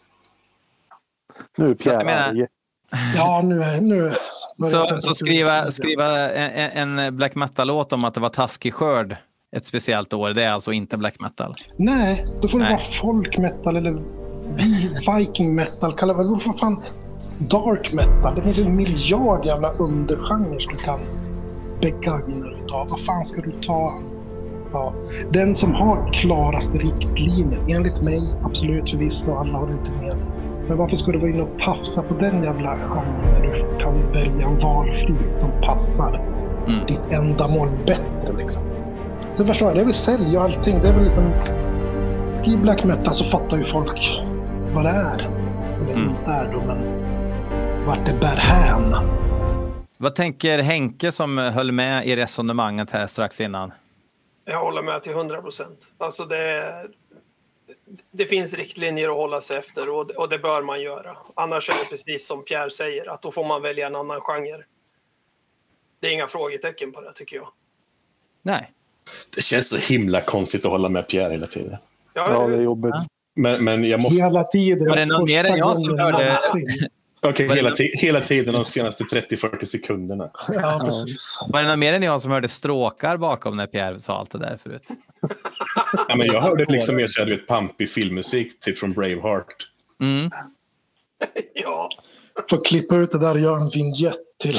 Nu Pierre. Menar... Ja, nu är nu. Så, så skriva, skriva en, en black metal-låt om att det var taskig skörd ett speciellt år, det är alltså inte black metal? Nej, då får det Nej. vara folk metal eller viking metal. Kalla vad för fan dark metal. Det finns en miljard jävla undergenrer som du kan begagna utav. Vad fan ska du ta? Ja. Den som har klaraste riktlinjer, enligt mig, absolut förvisso, alla har det inte med. Men varför ska du vara inne och tafsa på den jävla genren när du kan välja en valfrihet som passar mm. ditt ändamål bättre liksom? Så förstår jag, det är väl sälj och allting. Det är väl liksom, skriv black metal så fattar ju folk vad det är. Eller mm. inte är då, men vart det bär hän. Vad tänker Henke som höll med i resonemanget här strax innan? Jag håller med till hundra procent. Alltså det, det finns riktlinjer att hålla sig efter och, och det bör man göra. Annars är det precis som Pierre säger, att då får man välja en annan genre. Det är inga frågetecken på det, tycker jag. Nej. Det känns så himla konstigt att hålla med Pierre hela tiden. Ja, ja det är jobbigt. Men, men jag måste... Hela tiden. Var det någon mer än jag som hörde... Okej, okay, hela, ti- hela tiden de senaste trettio till fyrtio sekunderna. Ja, precis. Var det någon mer än jag som hörde stråkar bakom när Pierre sa allt det där förut? Ja, men jag hörde liksom mer så jag vet pampig filmmusik typ från Braveheart. Mm. Ja. Får klippa ut det där och göra en vignett till.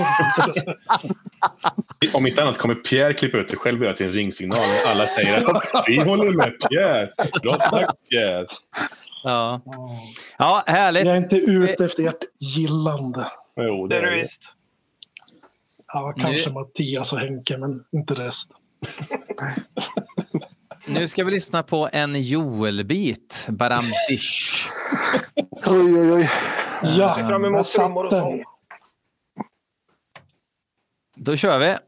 Om inte annat kommer Pierre klippa ut det själv och göra till en ringsignal. Alla säger att vi håller med Pierre. Bra snack, Pierre. Ja. Ja, härligt. Jag är inte ute efter ert gillande. Jo, det är det visst. Ja, kanske nu... Mattias och Henke, men inte resten. Nu ska vi lyssna på en Joel-bit. Barambish. Oj, oj, oj. Ja, jag ser fram emot trummor och sång. Då kör vi.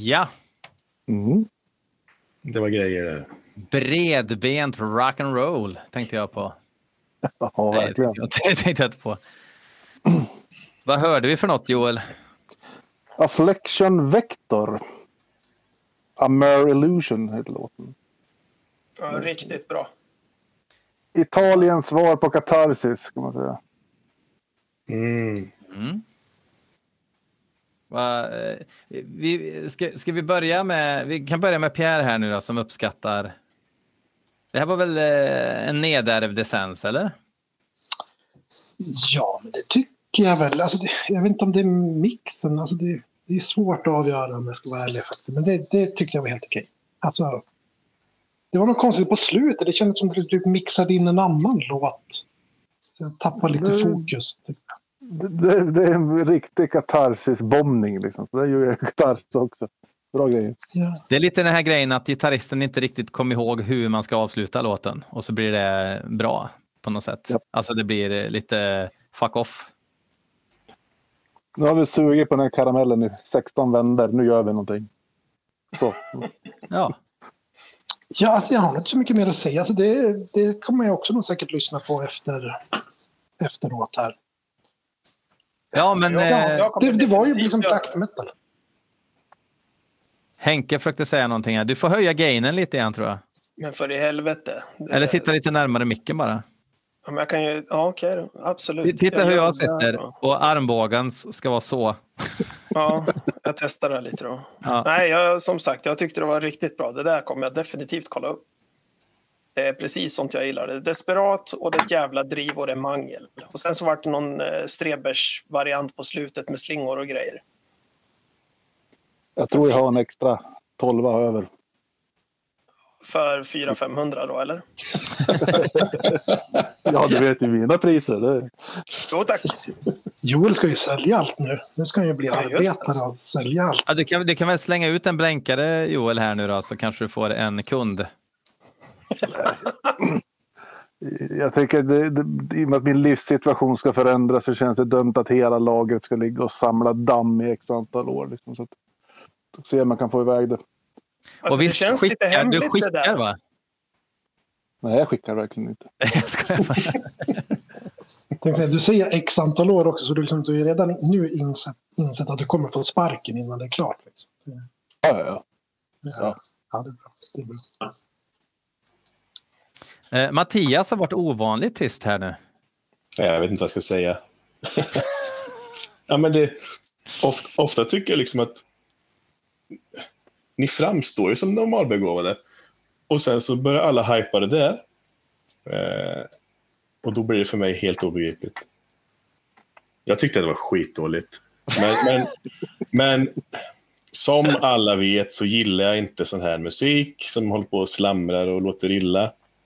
Ja. Mm. Det var grejer där. Bredbent rock and roll tänkte jag på. Ja, verkligen. Nej, det tänkte jag inte på. Vad hörde vi för något, Joel? Affliction Vector. A Mere Illusion heter låten. Ja, riktigt bra. Italiens svar på Katarsis, kan man säga. Mm. Mm. Va, vi, ska, ska vi börja med, vi kan börja med Pierre här nu då, som uppskattar. Det här var väl en nedärvd essens, eller? Ja, men det tycker jag väl. Alltså det, jag vet inte om det är mixen. Alltså det, det är svårt att avgöra om jag ska vara ärlig faktiskt. Men det, det tycker jag var helt okej. Alltså, det var något konstigt på slutet. Det kändes som att du typ mixade in en annan låt. Så jag tappade lite det, fokus. Det, det, det är en riktig katarsis-bombning. Liksom. Så det gör jag katarsis också. Bra grejer. Ja. Det är lite den här grejen att gitarristen inte riktigt kommer ihåg hur man ska avsluta låten. Och så blir det bra på något sätt. Ja. Alltså det blir lite fuck off. Nu har vi sugit på den här karamellen i sexton vänder. Nu gör vi någonting. Så. Ja. Ja, alltså jag har inte så mycket mer att säga. Alltså det, det kommer jag också nog säkert lyssna på efter, efteråt här. Ja, men Ja, eh, jag kommer Det, det var ju definitivt liksom göra det. black metal. Henke försökte säga någonting här. Du får höja gainen lite igen, tror jag. Men för i helvete. Det- Eller sitta lite närmare micken bara. Ja, men jag kan ju, ja okej då. Absolut. Titta hur gör jag det där sitter. då. Och armbågen ska vara så. Ja, jag testar det lite då. Ja. Nej, jag, som sagt, jag tyckte det var riktigt bra. Det där kommer jag definitivt kolla upp. Det är precis sånt jag gillar. Det är desperat och det är ett jävla driv och det är mangel. Och sen så var det någon eh, Strebers variant på slutet med slingor och grejer. Jag tror jag har en extra tolva över. För fyra femhundra då, eller? Ja, du vet ju mina priser. Det. Jo, tack. Joel ska ju sälja allt nu. Nu ska han ju bli Ja, just det. arbetare och sälja allt. Ja, du, kan, du kan väl slänga ut en blänkare, Joel, här nu då, så kanske du får en kund. Jag tänker det, det, i och med att min livssituation ska förändras så känns det dumt att hela lagret ska ligga och samla damm i x antal år. Liksom, så att, då ser man kan få iväg det. Alltså, och det visst känns skickar, lite hemligt du skickar, det där. va? Nej, jag skickar verkligen inte. Jag skojar bara. Tänkte säga, du säger x antal år också så du, liksom, du är redan nu insett, insett att du kommer få sparken innan det är klart. Liksom. Ja, ja, ja. Ja, ja det är bra. Det är bra. Eh, Mattias har varit ovanligt tyst här nu. Jag vet inte vad jag ska säga. Ja, men det, ofta, ofta tycker jag liksom att ni framstår ju som normalbegåvade. Och sen så börjar alla hypa det där. Eh, och då blir det för mig helt obegripligt. Jag tyckte det var skitdåligt. Men, men, men som alla vet så gillar jag inte sån här musik som håller på och slamrar och låter illa.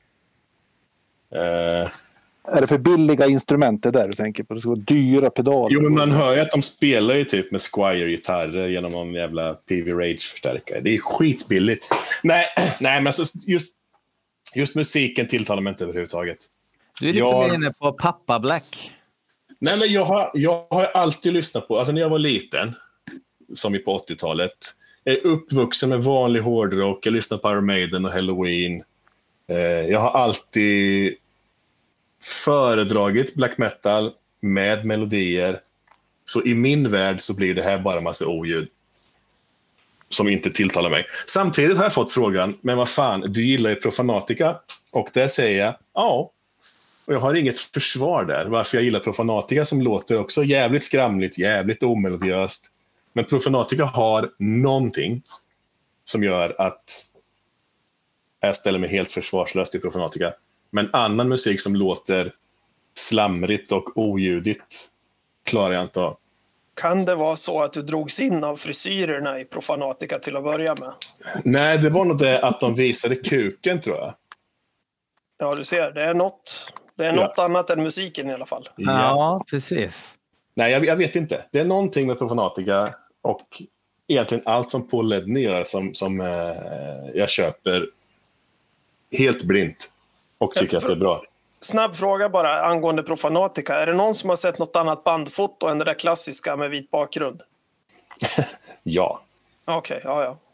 Eh, Är det för billiga instrument det där du tänker på? Det ska vara dyra pedaler. jo, men man hör ju att de spelar ju typ med Squire-gitarrer genom någon jävla P V Rage-förstärkare. Det är skitbilligt. Nej, nej men alltså just, just musiken tilltalar mig inte överhuvudtaget. Du är liksom Jag- inne på pappa Black. Nej, men jag har, jag har alltid lyssnat på, alltså när jag var liten, som i på åttiotalet, jag är uppvuxen med vanlig hårdrock, jag lyssnar på Iron Maiden och Halloween. Eh, jag har alltid föredragit black metal med melodier. Så i min värld så blir det här bara massa oljud som inte tilltalar mig. Samtidigt har jag fått frågan, men vad fan, du gillar ju Profanatica? Och där säger jag, ja. Och jag har inget försvar där, varför jag gillar Profanatica som låter också jävligt skramligt, jävligt omelodiöst. Men Profanatica har någonting som gör att jag ställer mig helt försvarslöst i Profanatica. Men annan musik som låter slamrigt och oljudigt klarar jag inte av. Kan det vara så att du drogs in av frisyrerna i Profanatica till att börja med? Nej, det var nog det att de visade kuken, tror jag. Ja, du ser. Det är något, det är Ja. något annat än musiken i alla fall. Ja, precis. Nej, jag, jag vet inte. Det är någonting med Profanatica och egentligen allt som Paul Ledney gör som, som eh, jag köper helt blint och tycker att det är bra. Snabb fråga bara angående Profanatica. Är det någon som har sett något annat bandfoto än det där klassiska med vit bakgrund? Ja. Okej, Okej, okay, ja, ja.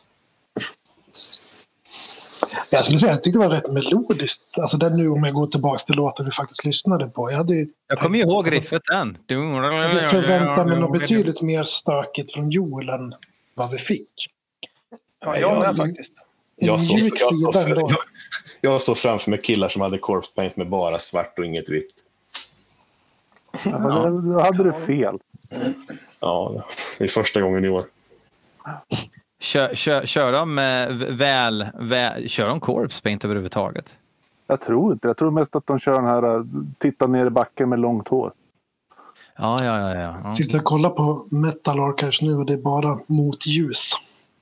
Jag skulle säga, jag tyckte det var rätt melodiskt. Alltså det nu om jag går tillbaka till låten vi faktiskt lyssnade på. Jag, hade jag kommer ju ihåg riffet än. Jag hade förväntat mig något betydligt mer stökigt från Joel än vad vi fick. Ja, jag med faktiskt. Jag såg, jag, såg för, jag, jag såg framför mig killar som hade corpse paint med bara svart och inget vitt. Ja, men då hade du fel. Ja, det är första gången i år. Kör, kör, kör de väl, väl kör de corpse paint överhuvudtaget? Jag tror inte. Jag tror mest att de kör den här titta ner i backen med långt hår. Ja, ja, ja. ja. ja. Sitter och kollar på Metal Archives nu och det är bara mot ljus.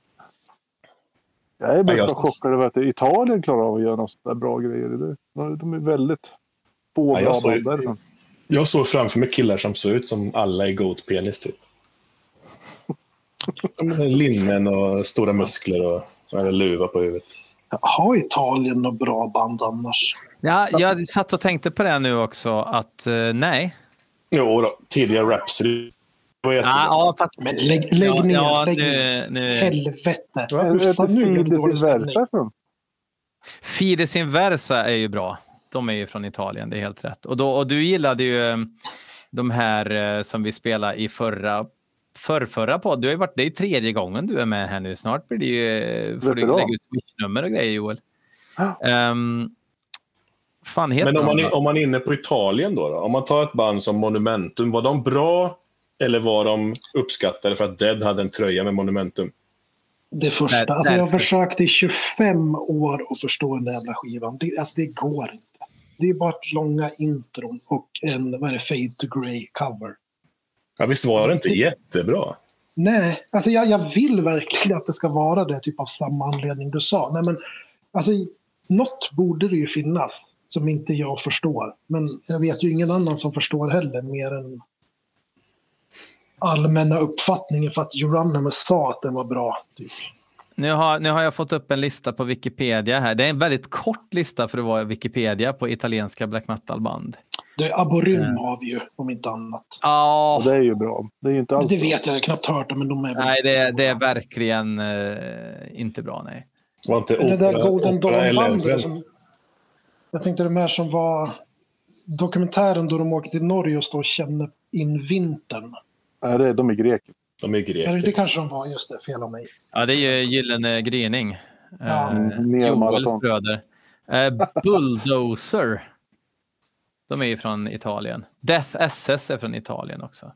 Jag är bara chockad över att Italien klarar av att göra något där bra grejer. De är väldigt få bra ja, band därifrån. Jag såg framför mig killar som såg ut som alla i Goat-penis typ. Linnen och stora muskler och eller luva på huvudet. Har Italien något bra band annars? Ja, jag satt och tänkte på det nu också att uh, nej. Jo då, tidiga Rhapsody. Ja, ja, fast... Men lägg, lägg ja, ner, ja, lägg nu, ner. nu... Helvete. Ja, det är Fides från. Fides Inversa är ju bra. De är ju från Italien, det är helt rätt. Och, då, och du gillade ju de här som vi spelade i förra för förra podd. Du har ju varit det i tredje gången du är med här nu. Snart blir det ju, får du lägga ut switchnummer och grejer, Joel. Um, fan heter Men om man, är, om man är inne på Italien då, då? Om man tar ett band som Monumentum, var de bra eller var de uppskattade för att Dead hade en tröja med Monumentum? Det första. Nej, alltså jag har försökt i tjugofem år att förstå den jävla skivan. Det, alltså det går inte. Det är bara ett långa intron och en vad är det, Fade to Grey cover. Ja, visst var det inte jättebra? Nej, alltså jag, jag vill verkligen att det ska vara det typ av samma anledning du sa. Nej, men alltså något borde det ju finnas som inte jag förstår. Men jag vet ju ingen annan som förstår heller mer än allmänna uppfattningen för att Euronymous sa att den var bra. Typ. Nu har, nu har jag fått upp en lista på Wikipedia här. Det är en väldigt kort lista för att vara Wikipedia på italienska black metal-band. Det är Aborym mm. har vi ju, om inte annat. Ja, oh. Det är ju bra. Det är ju inte alls det vet jag, jag har knappt hört det, men de är nej, det är, det är verkligen uh, inte bra, nej. Var inte opera, det där Golden Dawn-bandet som... Jag tänkte de här som var dokumentären då de åker till Norge och står och känner in vintern. Ja, det är, de är greker. De är greker. Ja, det kanske de var, just det, fel av mig. Ja, det är ju Gyllene Gryning. Ja. Uh, Joels bröder. Uh, Bulldozer. De är ju från Italien. Death S S är från Italien också.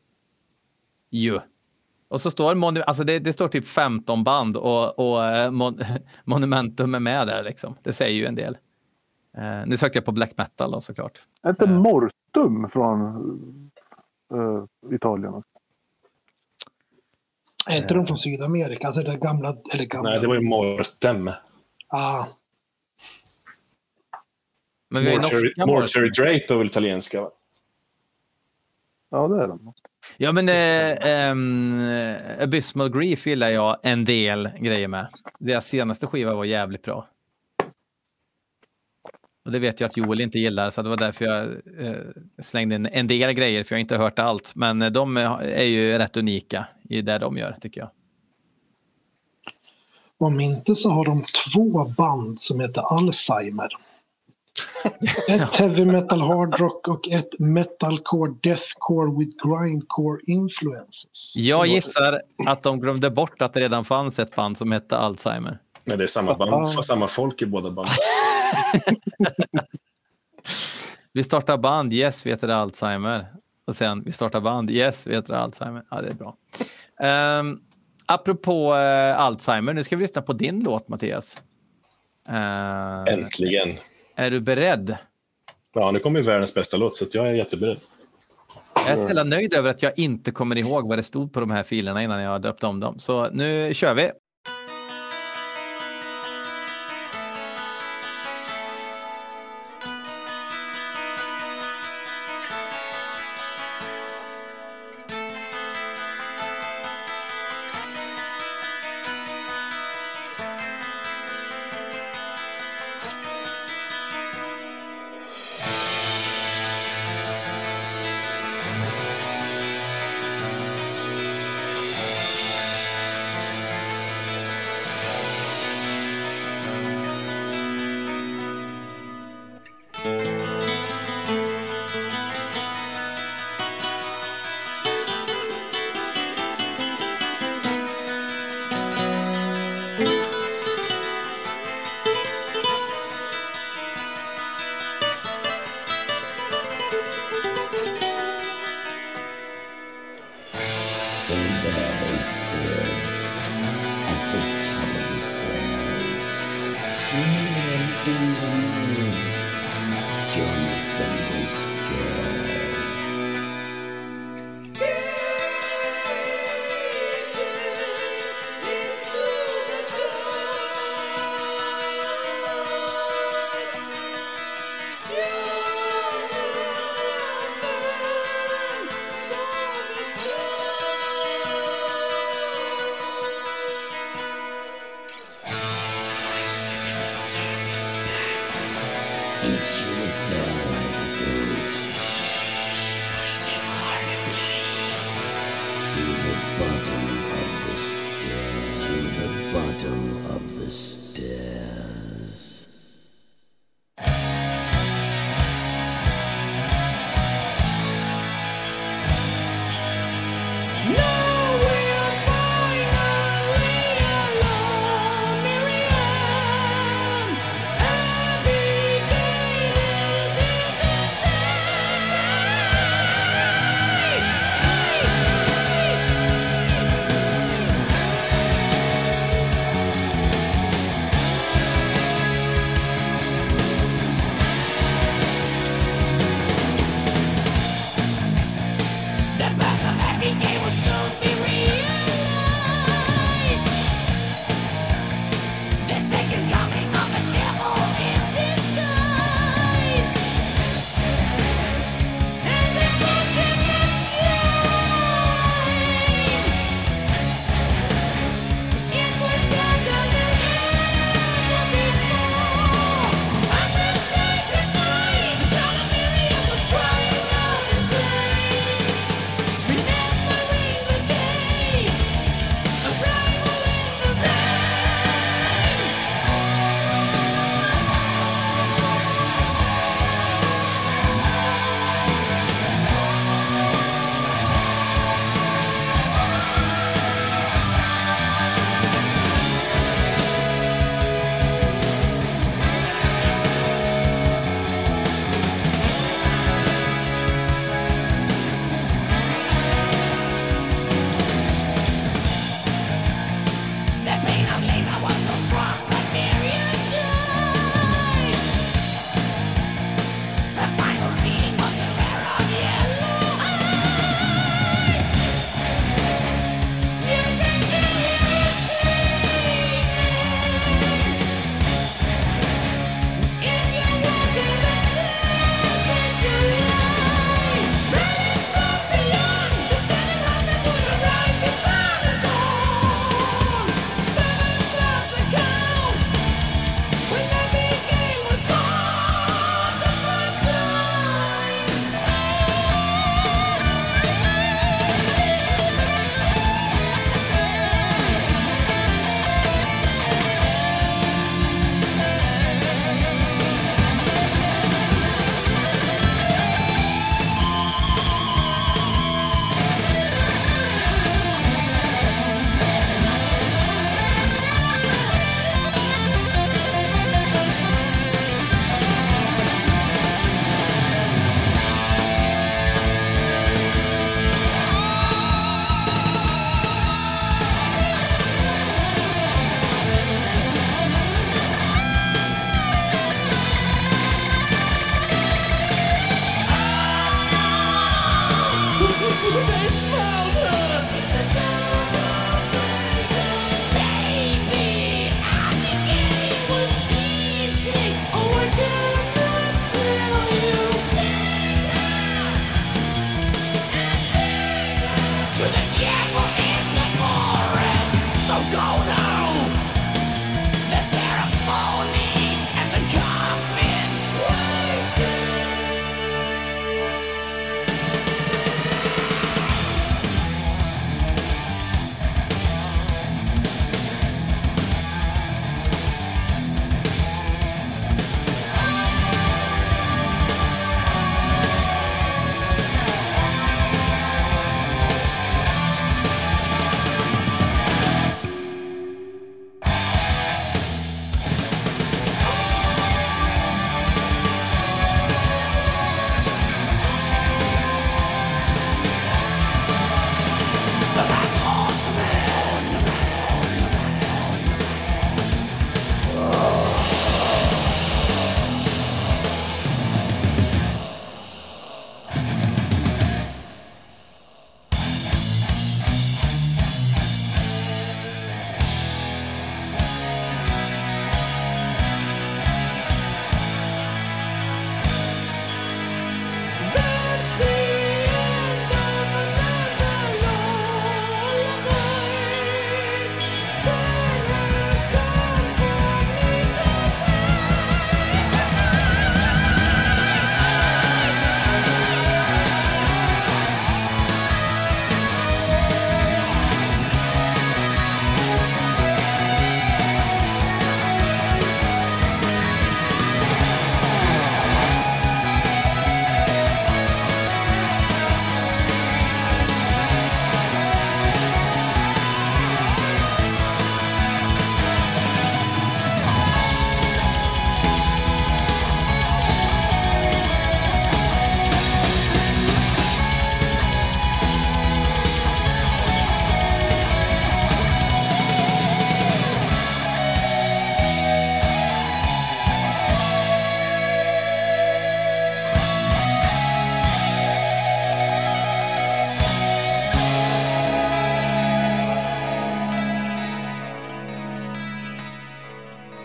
Jo. Och så står monu- alltså det, det står typ femton band och, och uh, mon- Monumentum är med där liksom. Det säger ju en del. Uh, nu sökte jag på black metal då, såklart. Är inte uh, Mortum från uh, Italien också? Är inte de från Sydamerika? Alltså det gamla, eller gamla... Nej, det var ju Mortem. Ah. Men Mortuary, Mortuary Drape är väl italienska, va? Ja, det är de. Ja, men eh, um, Abysmal Grief gillar jag en del grejer med. Deras senaste skiva var jävligt bra. Och det vet jag att Joel inte gillar, så det var därför jag eh, slängde in en del grejer, för jag har inte hört allt. Men de är ju rätt unika i det de gör, tycker jag. Om inte så har de två band som heter Alzheimer. Ett heavy metal hard rock och ett metalcore deathcore with grindcore influences. Jag gissar att de glömde bort att det redan fanns ett band som hette Alzheimer. Nej, det är samma band, för samma folk i båda band. Vi startar band, yes, vi heter det Alzheimer. Och sen, vi startar band, yes, vi heter det Alzheimer. Ja, det är bra. Um, apropå uh, Alzheimer, nu ska vi lyssna på din låt, Mattias. Uh, Äntligen. Är du beredd? Ja, nu kommer världens bästa låt, så jag är jätteberedd. Jag är så jävla nöjd över att jag inte kommer ihåg vad det stod på de här filerna innan jag döpte om dem. Så nu kör vi. stood at the top of the stairs, kneeling in the nude. Jonathan was scared. And she was there.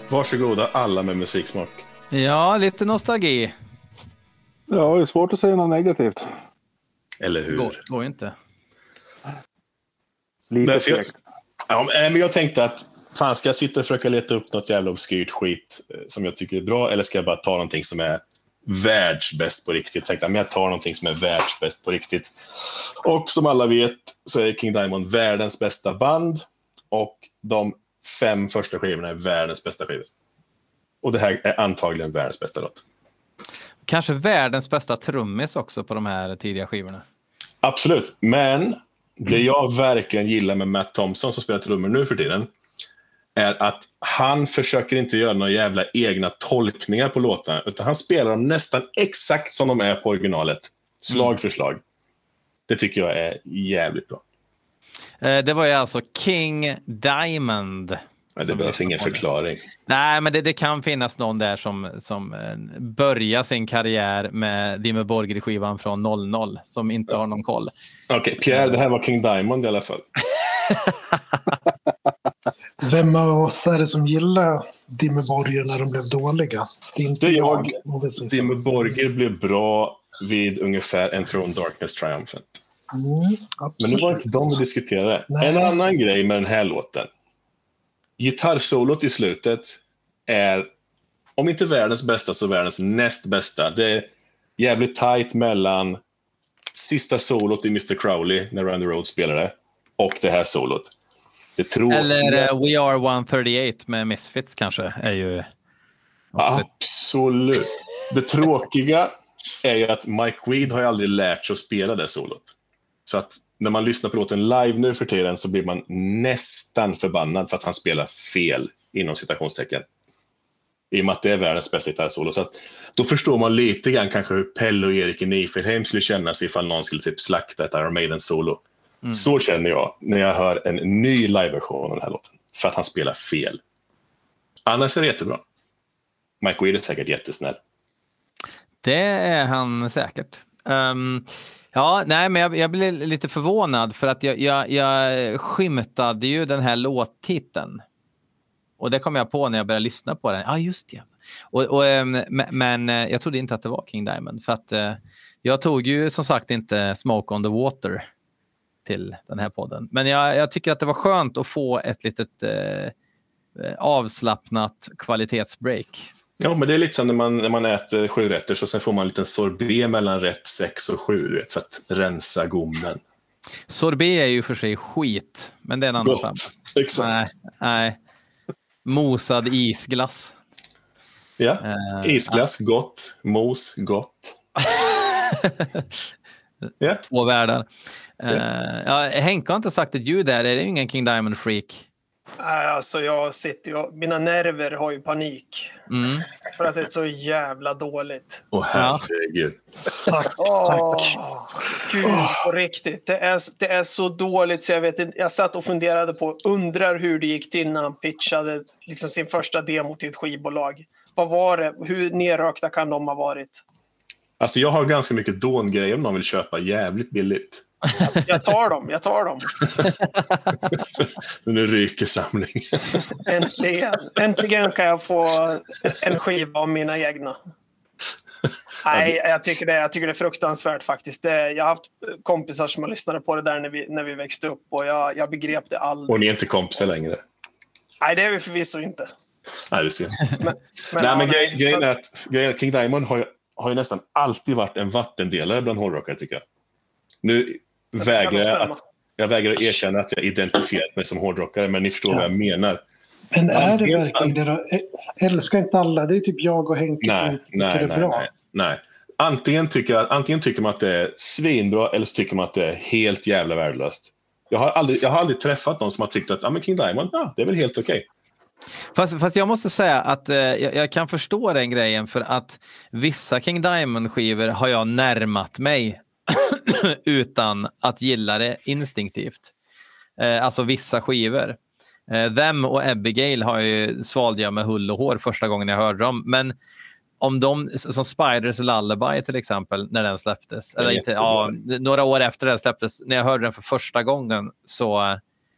Varsågoda alla med musiksmak. Ja, lite nostalgi. Ja, det är svårt att säga något negativt. Eller hur? Går, går ju inte. Lite Nej, för jag, segt. ja, men jag tänkte att fan, ska jag sitta och försöka leta upp något jävla obskyrt skit eh, som jag tycker är bra, eller ska jag bara ta någonting som är världsbäst på riktigt? Jag tänkte att jag tar någonting som är världsbäst på riktigt. Och som alla vet så är King Diamond världens bästa band, och de fem första skivorna är världens bästa skivor. Och det här är antagligen världens bästa låt. Kanske världens bästa trummis också på de här tidiga skivorna. Absolut, men det jag verkligen gillar med Matt Thompson som spelar trummor nu för tiden är att han försöker inte göra några jävla egna tolkningar på låtarna, utan han spelar dem nästan exakt som de är på originalet. Slag mm. för slag. Det tycker jag är jävligt bra. Eh, det var ju alltså King Diamond. Men det behövs ingen förklaring. Nej, men det, det kan finnas någon där som, som eh, börjar sin karriär med Dimmu Borgir-skivan från noll noll som inte ja. har någon koll. Okej, okay, Pierre, det här var King Diamond i alla fall. Vem av oss är det som gillar Dimmu Borgir när de blev dåliga? Det är inte det jag. jag. Dimmu Borgir blev bra vid ungefär En Throne Darkness Triumphant. Mm, men nu var inte de vi diskuterade. Nej. En annan grej med den här låten. Gitarrsolot i slutet är, om inte världens bästa så världens näst bästa. Det är jävligt tight mellan sista solot i mister Crowley när Randy Rhoads spelade och det här solot. Det tror Eller uh, We Are one thirty-eight med Misfits kanske är ju också... Absolut. Det tråkiga är ju att Mike Weed har ju aldrig lärt sig att spela det solot. Så att när man lyssnar på låten live nu för tiden så blir man nästan förbannad för att han spelar fel inom citationstecken. I och med att det är världens bästa gitarrsolo. Så att då förstår man lite grann kanske hur Pelle och Erik i Nifelheim skulle känna sig ifall någon skulle typ slakta ett Iron Maiden-solo. Mm. Så känner jag när jag hör en ny live-version av den här låten. För att han spelar fel. Annars är det jättebra. Mike Weed är säkert jättesnäll. Det är han säkert. Um... Ja, nej, men jag, jag blev lite förvånad för att jag, jag, jag skymtade ju den här låttiteln. Och det kom jag på när jag började lyssna på den. Ja, ah, just det. Och, och, men jag trodde inte att det var King Diamond. För att jag tog ju som sagt inte Smoke on the Water till den här podden. Men jag, jag tycker att det var skönt att få ett litet eh, avslappnat kvalitetsbreak. Ja, men det är lite som när man, när man äter sju rätter så sen får man en liten sorbet mellan rätt sex och sju, vet, för att rensa gommen. Sorbet är ju för sig skit, men det är en annan sak. Exakt. Nej, nej. Mosad isglass. Ja, uh, isglass, ja. Gott. Mos, gott. ja. Två världar. Uh, ja. Ja, Henke har inte sagt ett ljud där, det är ju ingen King Diamond freak. Nej, alltså jag sitter ju, mina nerver har ju panik. Mm. För att det är så jävla dåligt. Åh, herregud. Tack, Åh, Gud, på riktigt. Det är, det är så dåligt så jag vet inte. Jag satt och funderade på, undrar hur det gick till när han pitchade liksom sin första demo till ett skivbolag. Vad var det? Hur nerrökta kan de ha varit? Alltså jag har ganska mycket dångrejer om någon vill köpa jävligt billigt. Jag tar dem, jag tar dem. Nu ryker samling. Äntligen. Äntligen kan jag få en skiva av mina egna. Nej, jag tycker det, jag tycker det är fruktansvärt faktiskt. Det, jag har haft kompisar som har lyssnat på det där när vi, när vi växte upp och jag, jag begrep det aldrig. Och ni är inte kompisar längre? Nej, det är vi förvisso inte. Nej, det ser. Men, men, nej, ja, men nej, grejen så... är att grejen är King Diamond har ju, har ju nästan alltid varit en vattendelare bland hårdrockare, tycker jag. Nu vägrar jag, att, jag vägrar att erkänna att jag identifierat mig som hårdrockare, men ni förstår ja. vad jag menar. Men är det verkligen det då? Älskar inte alla? Det är typ jag och Henke nej, som tycker nej, det är nej, bra. Nej, nej. Antingen, tycker jag, antingen tycker man att det är svinbra eller så tycker man att det är helt jävla värdelöst. Jag har aldrig, jag har aldrig träffat någon som har tyckt att ah, men King Diamond, ah, det är väl helt okej. Okay. Fast, fast jag måste säga att eh, jag, jag kan förstå den grejen för att vissa King Diamond-skivor har jag närmat mig utan att gilla det instinktivt. Eh, alltså vissa skivor. Eh, Them och Abigail har ju svalde jag med hull och hår första gången jag hörde dem. Men om de, som Spiders Lullaby till exempel, när den släpptes. Eller inte, ja, några år efter den släpptes, när jag hörde den för första gången så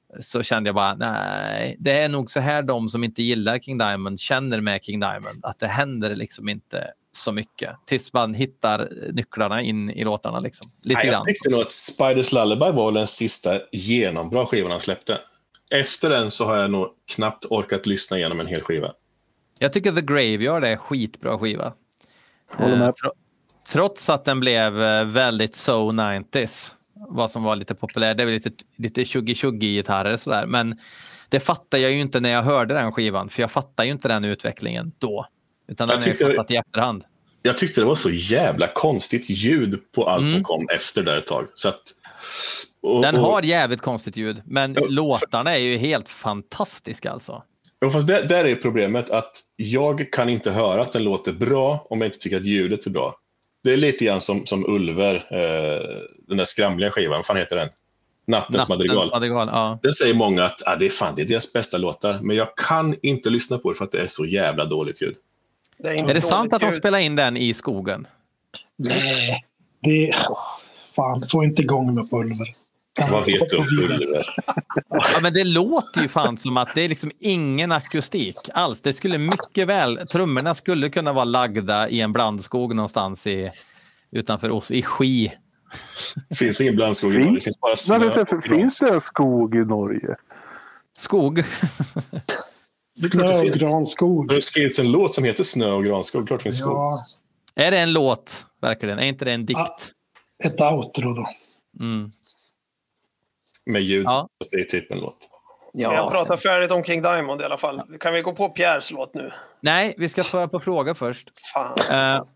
så kände jag bara, nej, det är nog så här de som inte gillar King Diamond känner med King Diamond, att det händer liksom inte så mycket tills man hittar nycklarna in i låtarna liksom. Lite Nej, grann. jag tyckte nog att Spiders Lullaby var den sista genombra skivan han släppte. Efter den så har jag nog knappt orkat lyssna igenom en hel skiva. Jag tycker The Graveyard är skitbra skiva. Håller med. Eh, tro- trots att den blev eh, väldigt so nittiotalet, vad som var lite populärt. Det är väl lite, lite tjugo-tjugo-gitarrer och sådär. Men det fattar jag ju inte när jag hörde den skivan. För jag fattar ju inte den utvecklingen då. Utan den Jag har tyckte- jag fattat i efterhand. Jag tyckte det var så jävla konstigt ljud på allt Mm. som kom efter där ett tag. Så att, och, Den och, har jävligt konstigt ljud. Men Ja, låtarna är ju helt fantastiska alltså. och fast där, där är problemet att jag kan inte höra att den låter bra om jag inte tycker att ljudet är bra. Det är lite grann som, som Ulver, eh, den där skramliga skivan, vad fan heter den? Nattens madrigal. madrigal ja. Den säger många att ah, det är fan det är deras bästa låtar, men jag kan inte lyssna på det för att det är så jävla dåligt ljud. Det är, inte Är det sant dåligt att de ljud. spelar in den i skogen? Nej, det... Fan, få inte igång med pulver. Vad vet du om Ulver? Ja, men det låter ju fan som att det är liksom ingen akustik alls. Det skulle mycket väl, trummorna skulle kunna vara lagda i en blandskog någonstans i, utanför oss, i Ski. Det finns ingen blandskog i Norge, det finns bara snö. Nej, det, och finns det en skog i Norge? Skog. Det är klart Snö det och finns. granskog. Det har skrivits en låt som heter Snö och granskog. Klart det finns skog. Ja, Är det en låt, verkligen? Är inte det en dikt? Ja. ett outro då. Mm. Med ljud. Ja. Så det är typ en låt. Jag pratar färdigt om King Diamond i alla fall. Kan vi gå på Pierres låt nu? Nej, vi ska svara på fråga först. Fan. Uh,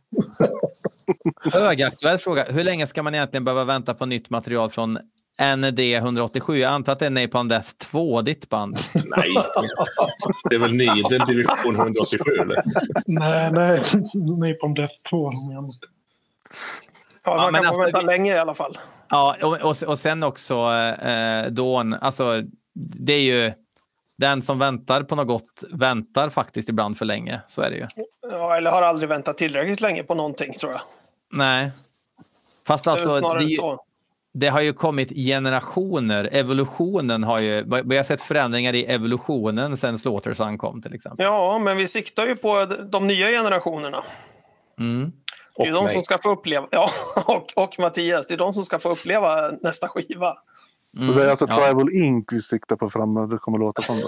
högaktuell fråga. Hur länge ska man egentligen behöva vänta på nytt material från N D ett åtta sju? Jag antar att det är Napalm Death två, ditt band. Nej. Det är väl Niden division ett åtta sju eller? Nej, nej. Napalm Death två. Men... Ja, man men kan få alltså, vänta vi- länge i alla fall. Ja, och, och, och sen också eh, Dawn, alltså det är ju den som väntar på något gott väntar faktiskt ibland för länge, så är det ju. Ja, eller har aldrig väntat tillräckligt länge på någonting, tror jag. Nej. Fast Det är alltså, väl det, snarare är ju- så. det har ju kommit generationer, evolutionen har ju, vi har sett förändringar i evolutionen sen Slaughter Sun kom till exempel. Ja, men vi siktar ju på de nya generationerna. Mm. Det är ju Och de mig. som ska få uppleva, ja, och, och Mattias, det är de som ska få uppleva nästa skiva. Så det är alltså ja. Tribal Inc vi siktar på fram det kommer låta som det.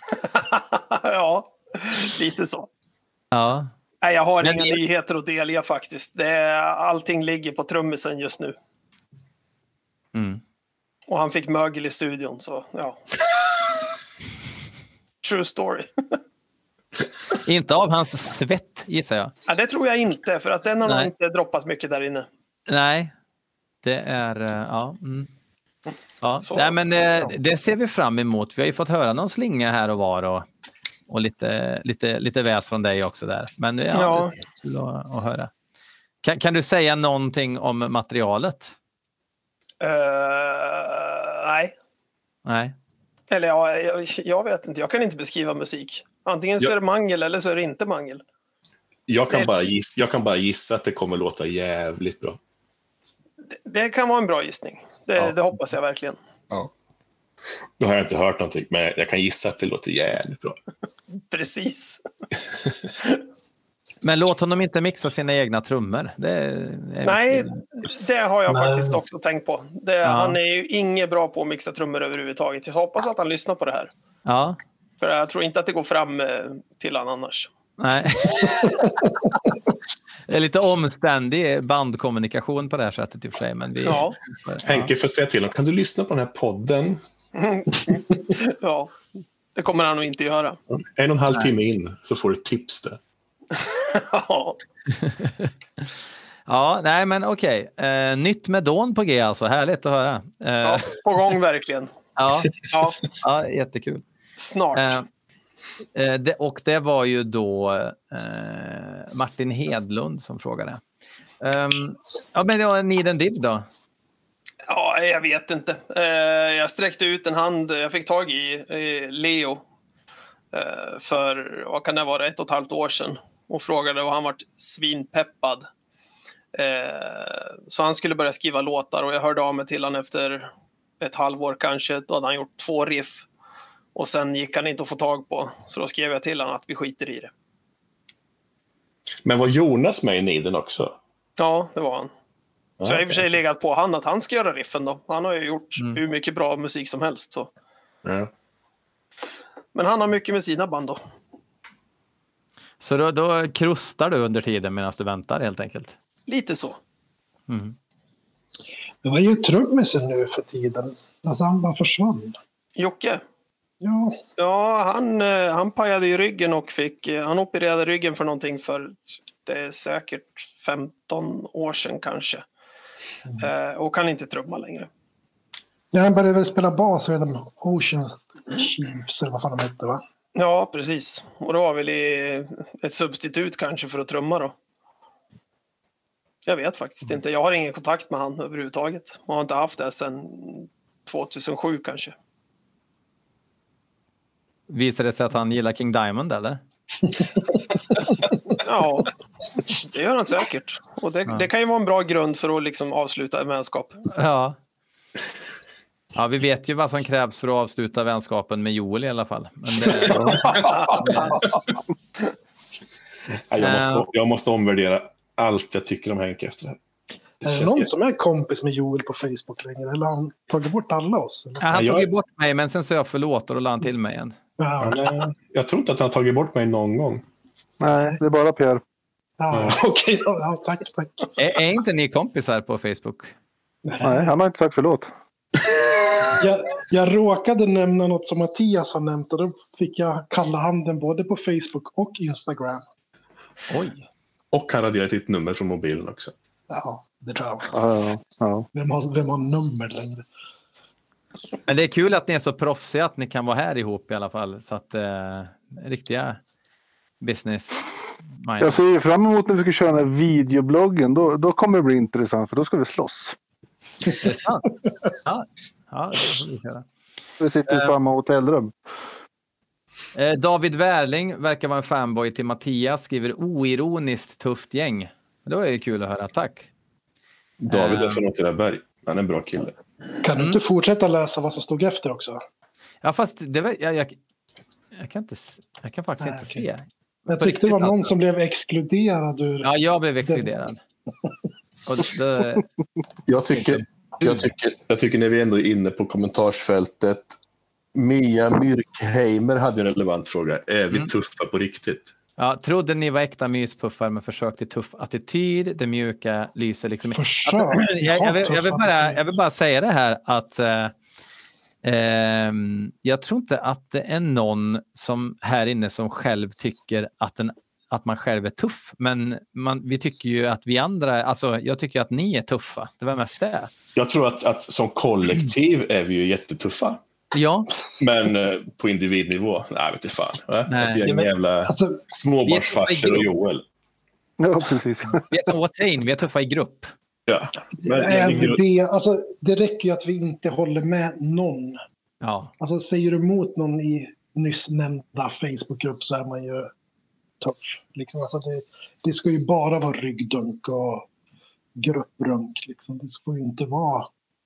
Ja, lite så. Ja. Nej, jag har Men inga det- nyheter att delge faktiskt. Det är, allting ligger på trummisen just nu. Mm. Och han fick mögel i studion, så ja. True story. Inte av hans svett, gissar jag. Ja, det tror jag inte, för att den har nog Nej. inte droppat mycket där inne. Nej, det är... eh, Ja, mm. ja. Så. Nej, men eh, det ser vi fram emot. Vi har ju fått höra någon slinga här och var och, och lite, lite, lite väs från dig också där. Men ja, Ja. det är kul att, att höra. Kan, kan du säga någonting om materialet? Uh, nej. Nej. Eller ja, jag, jag vet inte. Jag kan inte beskriva musik. Antingen så Ja. är det mangel eller så är det inte mangel. Jag kan, Det- bara gissa, jag kan bara gissa att det kommer låta jävligt bra. Det, det kan vara en bra gissning. Det, Ja. det hoppas jag verkligen. Ja. Nu har jag inte hört någonting, men jag kan gissa att det låter jävligt bra. Precis. Men låt honom inte mixa sina egna trummor. Det är, Nej, det har jag Nej. faktiskt också tänkt på. Det, Ja. Han är ju inget bra på att mixa trummor överhuvudtaget. Jag hoppas att han lyssnar på det här. Ja, För jag tror inte att det går fram eh, till han annars. nej. Det är lite omständig bandkommunikation på det här sättet i och för sig. Men vi, Ja. Henke får säga till honom, kan du lyssna på den här podden? Ja, det kommer han nog inte göra. En och en halv timme in så får du ett tips där. Ja. Ja, nej men okej. Eh, nytt med Dawn på G alltså. Härligt att höra. Eh, Ja, på gång verkligen. ja, Ja, ja, jättekul. snart. Eh, eh, det, och det var ju då eh, Martin Hedlund som frågade. Um, ja, men det var Need and Div då? Ja, jag vet inte. Eh, jag sträckte ut en hand. Jag fick tag i eh, Leo eh, för, vad kan det vara, ett och ett halvt år sedan. Och frågade och han var svinpeppad. Eh, så han skulle börja skriva låtar och jag hörde av mig till honom efter ett halvår kanske. Då hade han gjort två riff. Och sen gick han inte att få tag på. Så då skrev jag till honom att vi skiter i det. Men var Jonas med i Niden också? Ja, det var han. Ja, så jag har i och okay. för sig legat på han att han ska göra riffen då. Han har ju gjort mm. hur mycket bra musik som helst. Så. Ja. Men han har mycket med sina band då. Så då, då krustar du under tiden medan du väntar helt enkelt? Lite så. Mm. Det var ju trummisen nu för tiden. Alltså han bara försvann. Jocke? Ja. Ja, han, han pajade ju ryggen och fick... Han opererade ryggen för någonting för... Det är säkert femton år sedan kanske. Mm. Eh, och kan inte trumma längre. Ja, han började väl spela bas redan Ocean Chiefs eller vad fan de hette, va? Ja, precis. Och då var väl i ett substitut kanske för att trumma då. Jag vet faktiskt inte. Jag har ingen kontakt med han överhuvudtaget. Jag har inte haft det sedan tjugohundrasju kanske. Visade det sig att han gillar King Diamond, eller? Ja, det gör han säkert. Och det, ja. det kan ju vara en bra grund för att liksom avsluta en vänskap. Ja. Ja, vi vet ju vad som krävs för att avsluta vänskapen med Joel i alla fall. Men det, ja, jag, måste, jag måste omvärdera allt jag tycker om Henke efter det här. Det är det någon som är kompis med Joel på Facebook längre? Eller har han tagit bort alla oss? Eller? Ja, han jag... tog bort mig, men sen så jag förlåt och då la han till mig igen. Ja. Ja, jag tror inte att han har tagit bort mig någon gång. Nej, det är bara Pierre. Ja, Ja. okej. Ja, tack, tack. Är, är inte ni kompisar på Facebook? Nej, han har inte sagt förlåt. Jag, jag råkade nämna något som Mattias har nämnt och då fick jag kalla handen både på Facebook och Instagram. Oj. Och han raderat ditt nummer från mobilen också. Ja, det tror jag. Ja, ja. Vem har, vem har nummer längre? Men det är kul att ni är så proffsiga att ni kan vara här ihop i alla fall. Så att eh, riktiga business mind. Jag ser fram emot när vi ska köra den här videobloggen. Då, då kommer det bli intressant för då ska vi slåss. Det är sant. Ja, ja, det får vi köra. Vi sitter i Uh, samma hotellrum. Eh, David Wärling verkar vara en fanboy till Mattias. Skriver oironiskt tufft gäng. Det var ju kul att höra. Tack. David är Uh, från Åtvidaberg. Han är en bra kille. Kan du inte fortsätta läsa vad som stod efter också? Ja, fast det var, jag, jag, jag kan inte jag kan faktiskt Nej, inte okej. se. Jag tyckte det var någon som blev exkluderad ur... Ja, jag blev exkluderad. Och då, Jag tycker, jag, tycker, jag tycker när vi ändå är inne på kommentarsfältet. Mia Myrkheimer hade en relevant fråga. Är vi Mm. tuffa på riktigt? ja, trodde ni var äkta myspuffar med försök till tuff attityd? Det mjuka lyser liksom. Försök. Alltså, jag, jag, vill, jag, vill Tuff bara, attityd. jag vill bara säga det här att eh, eh, jag tror inte att det är någon som här inne som själv tycker att, en, att man själv är tuff. Men man, vi tycker ju att vi andra, alltså jag tycker att ni är tuffa. Det var mest det. Jag tror att, att som kollektiv är vi ju jättetuffa. Ja. Men eh, på individnivå, nej vet inte fan. Va? Nej. Ett gäng Ja, men, jävla alltså, småbarnsfarsor och Joel. Ja, precis. Vi är som Watain, vi är tuffa i grupp. Ja. Men, är men, men, det, alltså, det räcker ju att vi inte håller med någon. Ja. Alltså säger du emot någon i nyss nämnda Facebookgrupp så är man ju tuff. Liksom, alltså, det, det ska ju bara vara ryggdunk och grupprunk. Liksom. Det ska ju inte vara...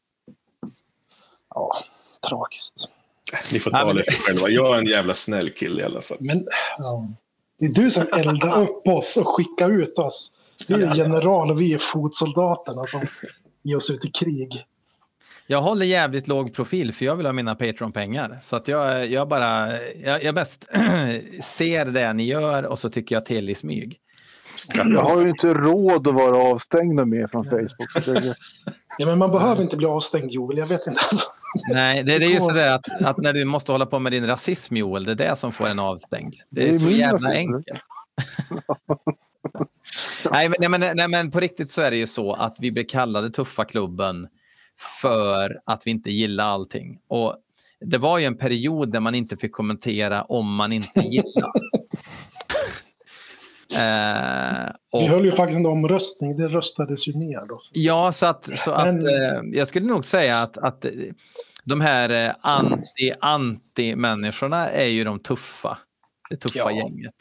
Ja, tragiskt. ni får ta Ja, men- det för själva. Jag är en jävla snäll kille i alla fall. Men ja, det är du som eldar upp oss och skickar ut oss. Du är general och vi är fotsoldaterna som ger oss ut i krig. Jag håller jävligt låg profil för jag vill ha mina Patreon-pengar. Så att jag, jag bara, jag, jag bäst ser det ni gör och så tycker jag till i smyg. Jag har ju inte råd att vara avstängd med från Facebook. Så det, Ja, men man behöver inte bli avstängd, Joel. Jag vet inte. Alltså. Nej, det, det är ju så där att, att när du måste hålla på med din rasism, Joel, det är det som får en avstängd. Det är, Det är så min jävla rasism. enkelt. nej, men, nej, men, nej, men på riktigt så är det ju så att vi blir kallade tuffa klubben för att vi inte gillar allting. Och det var ju en period där man inte fick kommentera om man inte gillar. Eh, och, Vi höll ju faktiskt en omröstning. Det röstades ju ner då. ja, så att, så att Men- eh, jag skulle nog säga att, att eh, de här eh, anti-anti-människorna är ju de tuffa. Det tuffa Ja. gänget.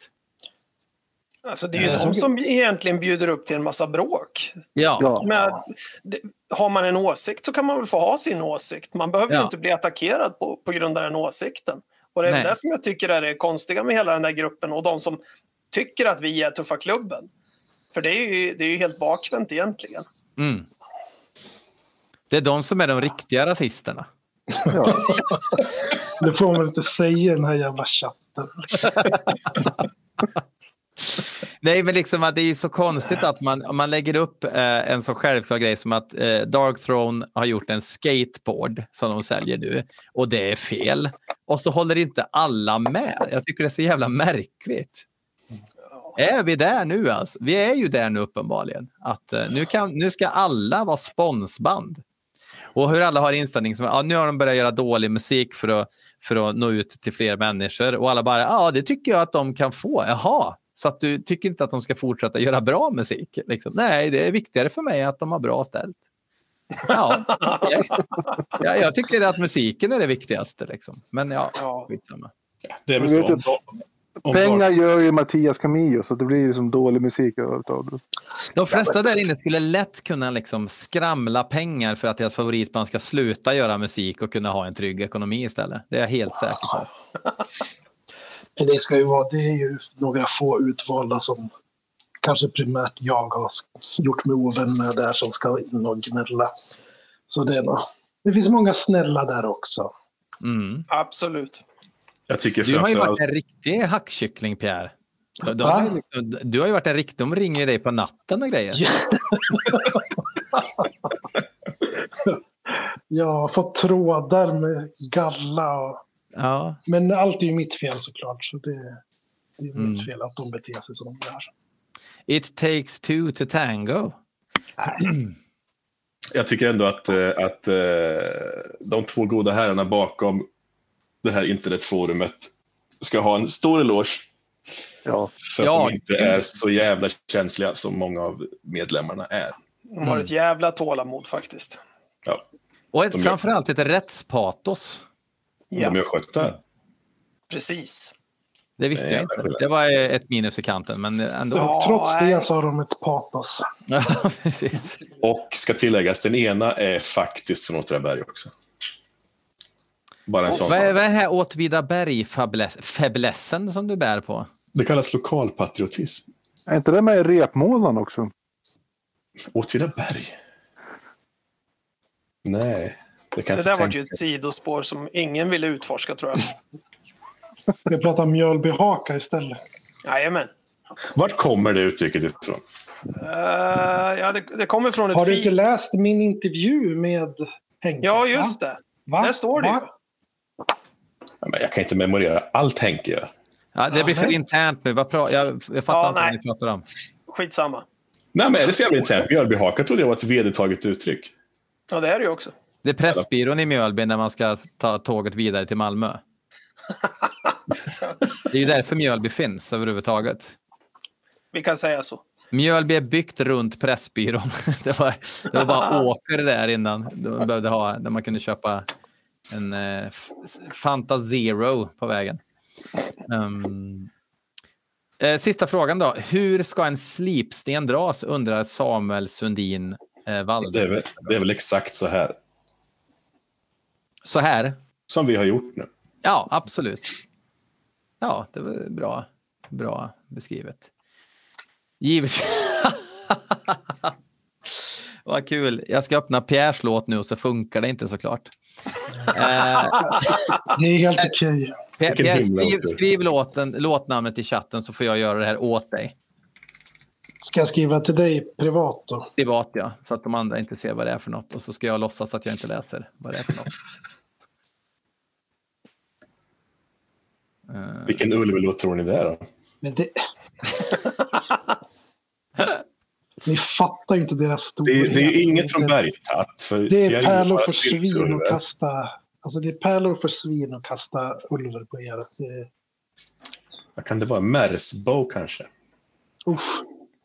Alltså det är ju Ja. de som egentligen bjuder upp till en massa bråk. Ja, ja. Men det, har man en åsikt så kan man väl få ha sin åsikt. Man behöver Ja. ju inte bli attackerad på, på grund av den åsikten. Och det är Nej. det som jag tycker är det konstiga med hela den där gruppen och de som tycker att vi är tuffa klubben. För det är ju, det är ju helt bakvänt egentligen. Mm. Det är de som är de riktiga rasisterna. Ja. Det får man inte säga i den här jävla chatten. Nej, men liksom att det är ju så konstigt att man, om man lägger upp eh, en så självklar grej som att eh, Dark Throne har gjort en skateboard som de säljer nu och det är fel. Och så håller inte alla med. Jag tycker det är så jävla märkligt. Är vi där nu alltså? Vi är ju där nu uppenbarligen. Att eh, nu, kan, nu ska alla vara sponsband. Och hur alla har inställning som ja, nu har de börjat göra dålig musik för att, för att nå ut till fler människor. Och alla bara, ja det tycker jag att de kan få. Jaha, så att du tycker inte att de ska fortsätta göra bra musik? Liksom. Nej, det är viktigare för mig att de har bra ställt. Ja, jag, ja, jag tycker att musiken är det viktigaste. Liksom. Men ja, Ja. skitsamma. Det är väl så. Om, om Pengar gör ju Mattias Camillo så det blir liksom dålig musik överhuvudtaget. De flesta där inne skulle lätt kunna liksom skramla pengar för att deras favoritband ska sluta göra musik och kunna ha en trygg ekonomi istället. Det är jag helt säker på. Men det ska ju vara, det är ju några få utvalda som kanske primärt jag har gjort mig ovän med där som ska in och gnälla. Så det är nog, det finns många snälla där också. Mm. Absolut. Jag tycker Du har ju framförallt... varit en riktig hackkyckling, Pierre. De, de Va? har ju liksom, du har ju varit en riktig, de ringer dig på natten och grejer. Ja. Jag har fått trådar med galla. Och, Ja. men allt är ju mitt fel såklart. Så det, det är ju Mm. mitt fel att de beter sig som de gör. It takes two to tango. Jag tycker ändå att, eh, att eh, de två goda herrarna bakom det här internetforumet ska ha en stor eloge Ja. för att Ja. de inte är så jävla känsliga som många av medlemmarna är. De har ett jävla tålamod faktiskt. Ja, Och ett, De gör- framförallt ett rättspatos. Ja, de är skötta. precis. Det visste Det är jag jävla inte. skillnad. Det var ett minus i kanten, men ändå. Så Ja, trots nej. det så har de ett patos. Ja, precis. Och ska tilläggas, den ena är faktiskt från Åtvidaberg också. Bara en sån. Vad är, vad är det här Åtvidaberg-fäblessen som du bär på? Det kallas lokalpatriotism. Är inte det med i repmålan också? Åtvidaberg? Nej, det kan Det jag där inte var ju tänka. ett sidospår som ingen ville utforska tror jag. Vi pratar Mjölbyhaka istället. Jajamän. Vart kommer det uttrycket ifrån? Uh, ja, det, det kommer från ett Har du fik- inte läst min intervju med Henke? Ja, just det. Va? Där står det ju. Va? Ja, men jag kan inte memorera allt Henke gör. Ja, det blir för nej. internt nu. Vad pra- jag, jag fattar Ja, inte vad nej. ni pratar om. Skitsamma. Nej, men är det så jävla internt? Mjölbyhaka trodde jag var ett vedertaget uttryck. Ja, det är det ju också. Det är Pressbyrån i Mjölby när man ska ta tåget vidare till Malmö. Det är ju därför Mjölby finns överhuvudtaget. Vi kan säga så. Mjölby är byggt runt Pressbyrån. Det var, det var bara åker där innan. De behövde ha, där man kunde köpa en eh, F- Fanta Zero på vägen. Um, eh, sista frågan då. Hur ska en slipsten dras, undrar Samuel Sundin eh, Wald. Det är, väl, det är väl exakt så här Så här. som vi har gjort nu. Ja, absolut. Ja, det var bra, bra beskrivet. Givetvis. Vad kul. Jag ska öppna Pierres låt nu och så funkar det inte såklart. Eh, Det är helt okej. Pierre, Vilken Pierre, himla skriv, otur. skriv låten, låtnamnet i chatten så får jag göra det här åt dig. Ska jag skriva till dig privat då? Privat ja, så att de andra inte ser vad det är för något. Och så ska jag låtsas att jag inte läser vad det är för något. Eh, Vilken Ullevi-låt tror ni det är då? Men det... Ni fattar ju inte deras Det, storhet. är- det är ju inget från Det- Bergtatt. För Det är jag pärlor bara för sylter, svin Ullevi. att kasta... Alltså det är pärlor för svin att kasta ulver på er. Det... Vad kan det vara? Mersbo kanske? Usch.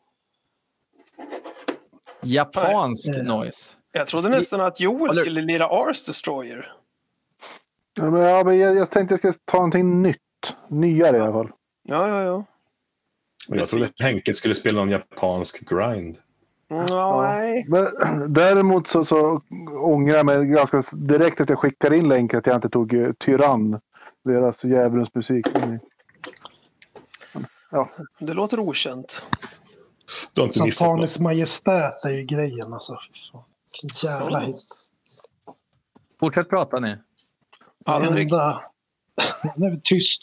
Japansk Nej. noise. Jag trodde nästan att Joel Håller- skulle lira Ars Destroyer. Ja, men, ja, men jag, jag tänkte jag ska ta någonting nytt. Nyare i alla fall. Ja, ja, ja. Och jag trodde att Henke skulle spela någon japansk grind. Nej. Men, däremot så, så ångrar jag mig ganska direkt att jag skickade in länken att jag inte tog uh, Tyrann. Deras djävulens musik. Ja. Det låter okänt. Du har inte missat Satanisk majestät är ju grejen alltså. Vilken jävla hit. Fortsätt prata ni. Aldrig. Enda... Nu är vi tyst.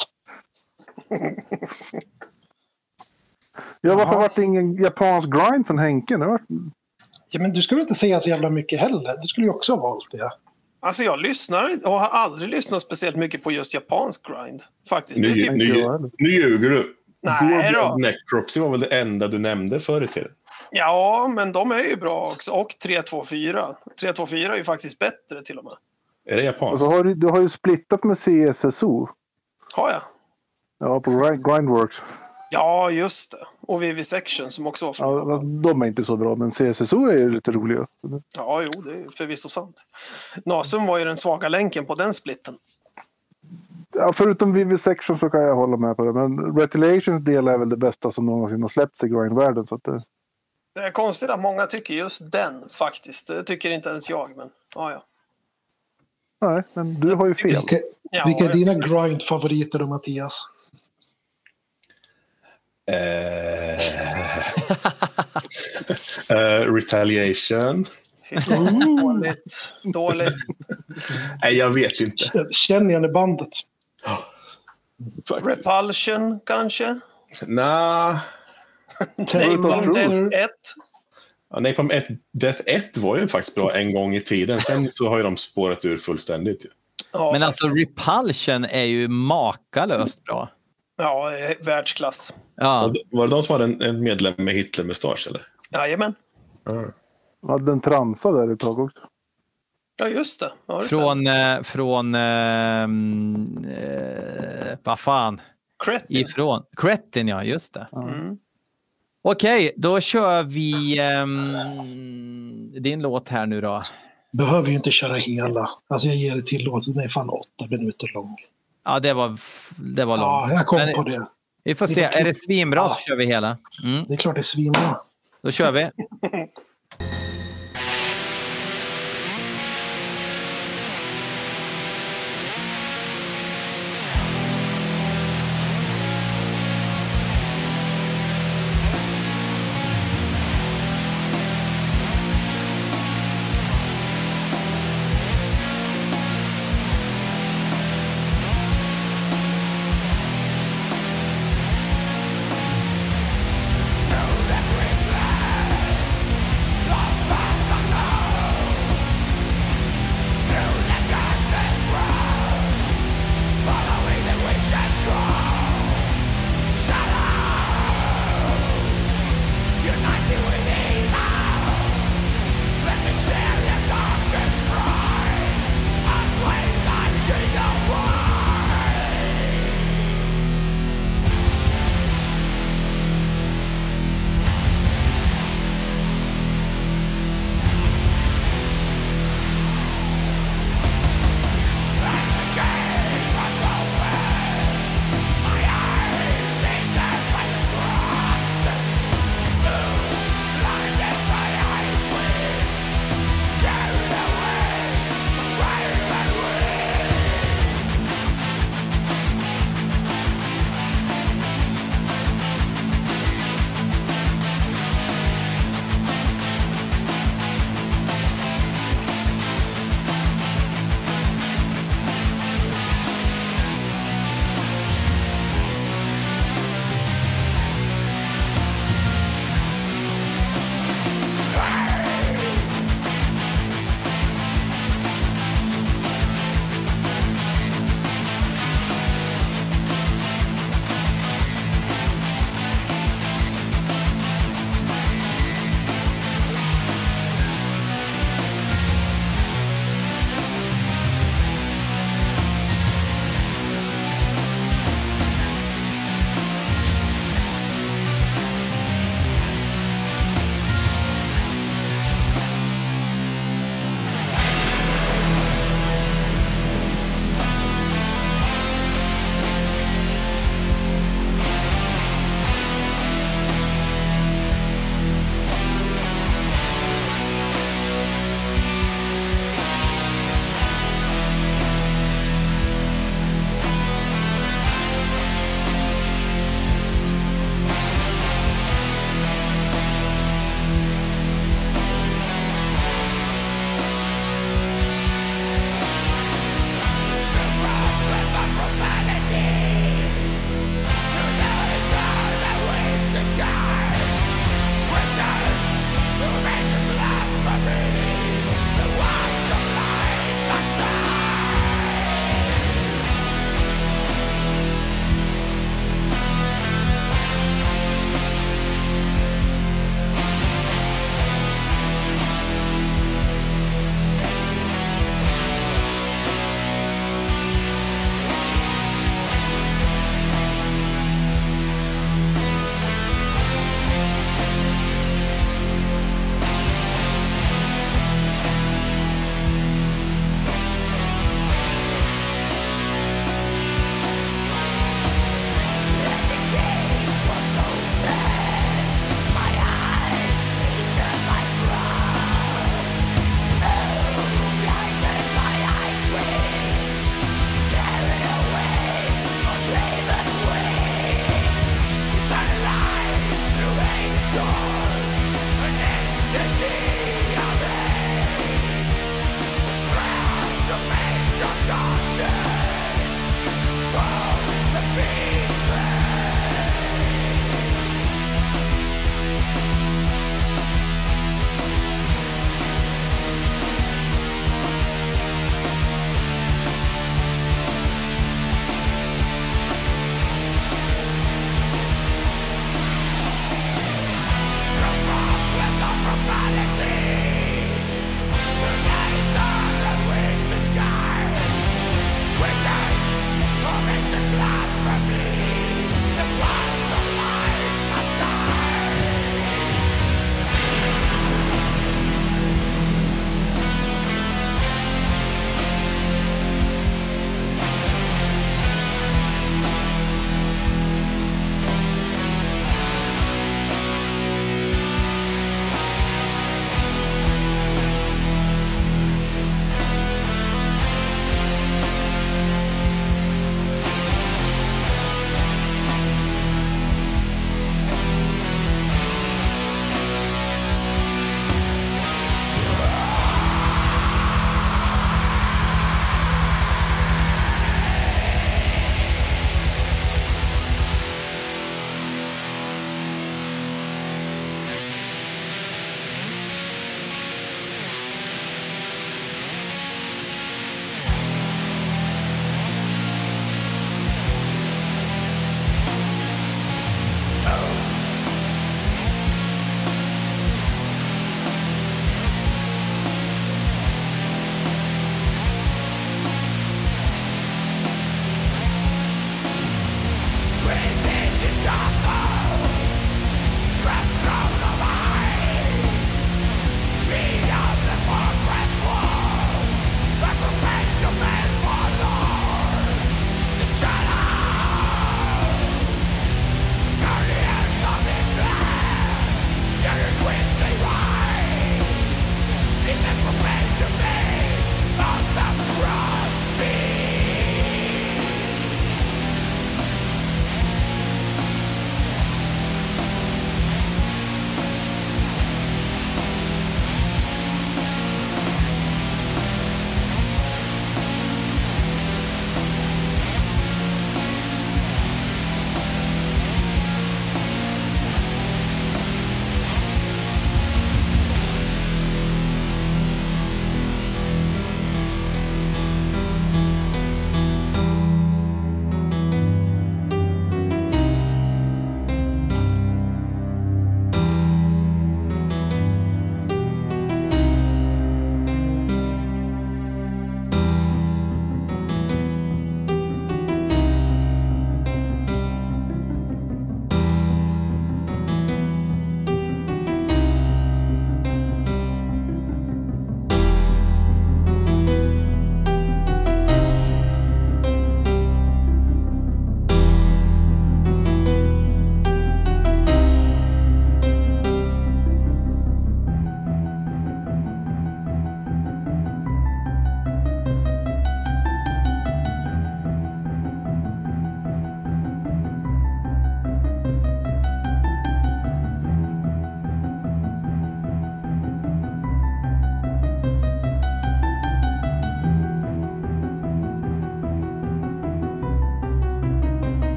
Ja, varför var det ingen japansk grind från Henke? Det var... Ja, men du skulle inte säga så jävla mycket heller. Du skulle ju också ha valt det. Alltså jag lyssnar och har aldrig lyssnat speciellt mycket på just japansk grind. Faktiskt. Det är Nu, typ... nu, nu ljuger du. Nej då. Necropsy var väl det enda du nämnde förr i tiden? Ja, men de är ju bra också. Och tre två fyra. tre två fyra är ju faktiskt bättre till och med. Är det Och japanskt? så har du, du har ju splittat med C S S O. Har jag? Ja, på Grind- Grindworks. Ja, just det. Och Vivisection som också var från Ja, de är inte så bra, men C S S O är ju lite roliga. Ja, jo, det är förvisso sant. Nasum var ju den svaga länken på den splitten. Ja, förutom Vivisection så kan jag hålla med på det. Men Retaliations del är väl det bästa som någonsin har släppts i grindvärlden. Så att det... Det är konstigt att många tycker just den faktiskt. Det tycker inte ens jag, men ja, ja. Nej, men du har ju fel. Vilka, Ja, vilka är det- dina grind-favoriter då, Mattias? Eh, eh, retaliation. Dåligt. Dåligt. Nej, jag vet inte. Känner jag det bandet? Faktiskt. Repulsion, kanske? Nah. Napalm Death ett. Ja, Napalm ett, Death ett var ju faktiskt bra en gång i tiden. Sen så har ju de spårat ur fullständigt. Ja, Men alltså Repulsion är ju makalöst bra. ja, världsklass. Ja. Var det- Var det de som hade en, en medlem med Hitler-mustasch, eller? Jajamän. Ja. Ja, den transa där ett tag också. Ja, just det. Ja, det stämmer. Från, eh, från ehm, eh, vad fan, Cretin. ifrån Cretin, ja, just det. Mm. Okej, då kör vi ehm, din låt här nu då. Behöver ju inte köra hela. Alltså jag ger det tillåtelse. Den är fan åtta minuter lång. Ja, det var, det var Ja, långt. jag kom Men på det. vi får Det se, var kul. är det svinbra så Ja. kör vi hela. Mm, Det är klart det är svinbra. då kör vi. No that we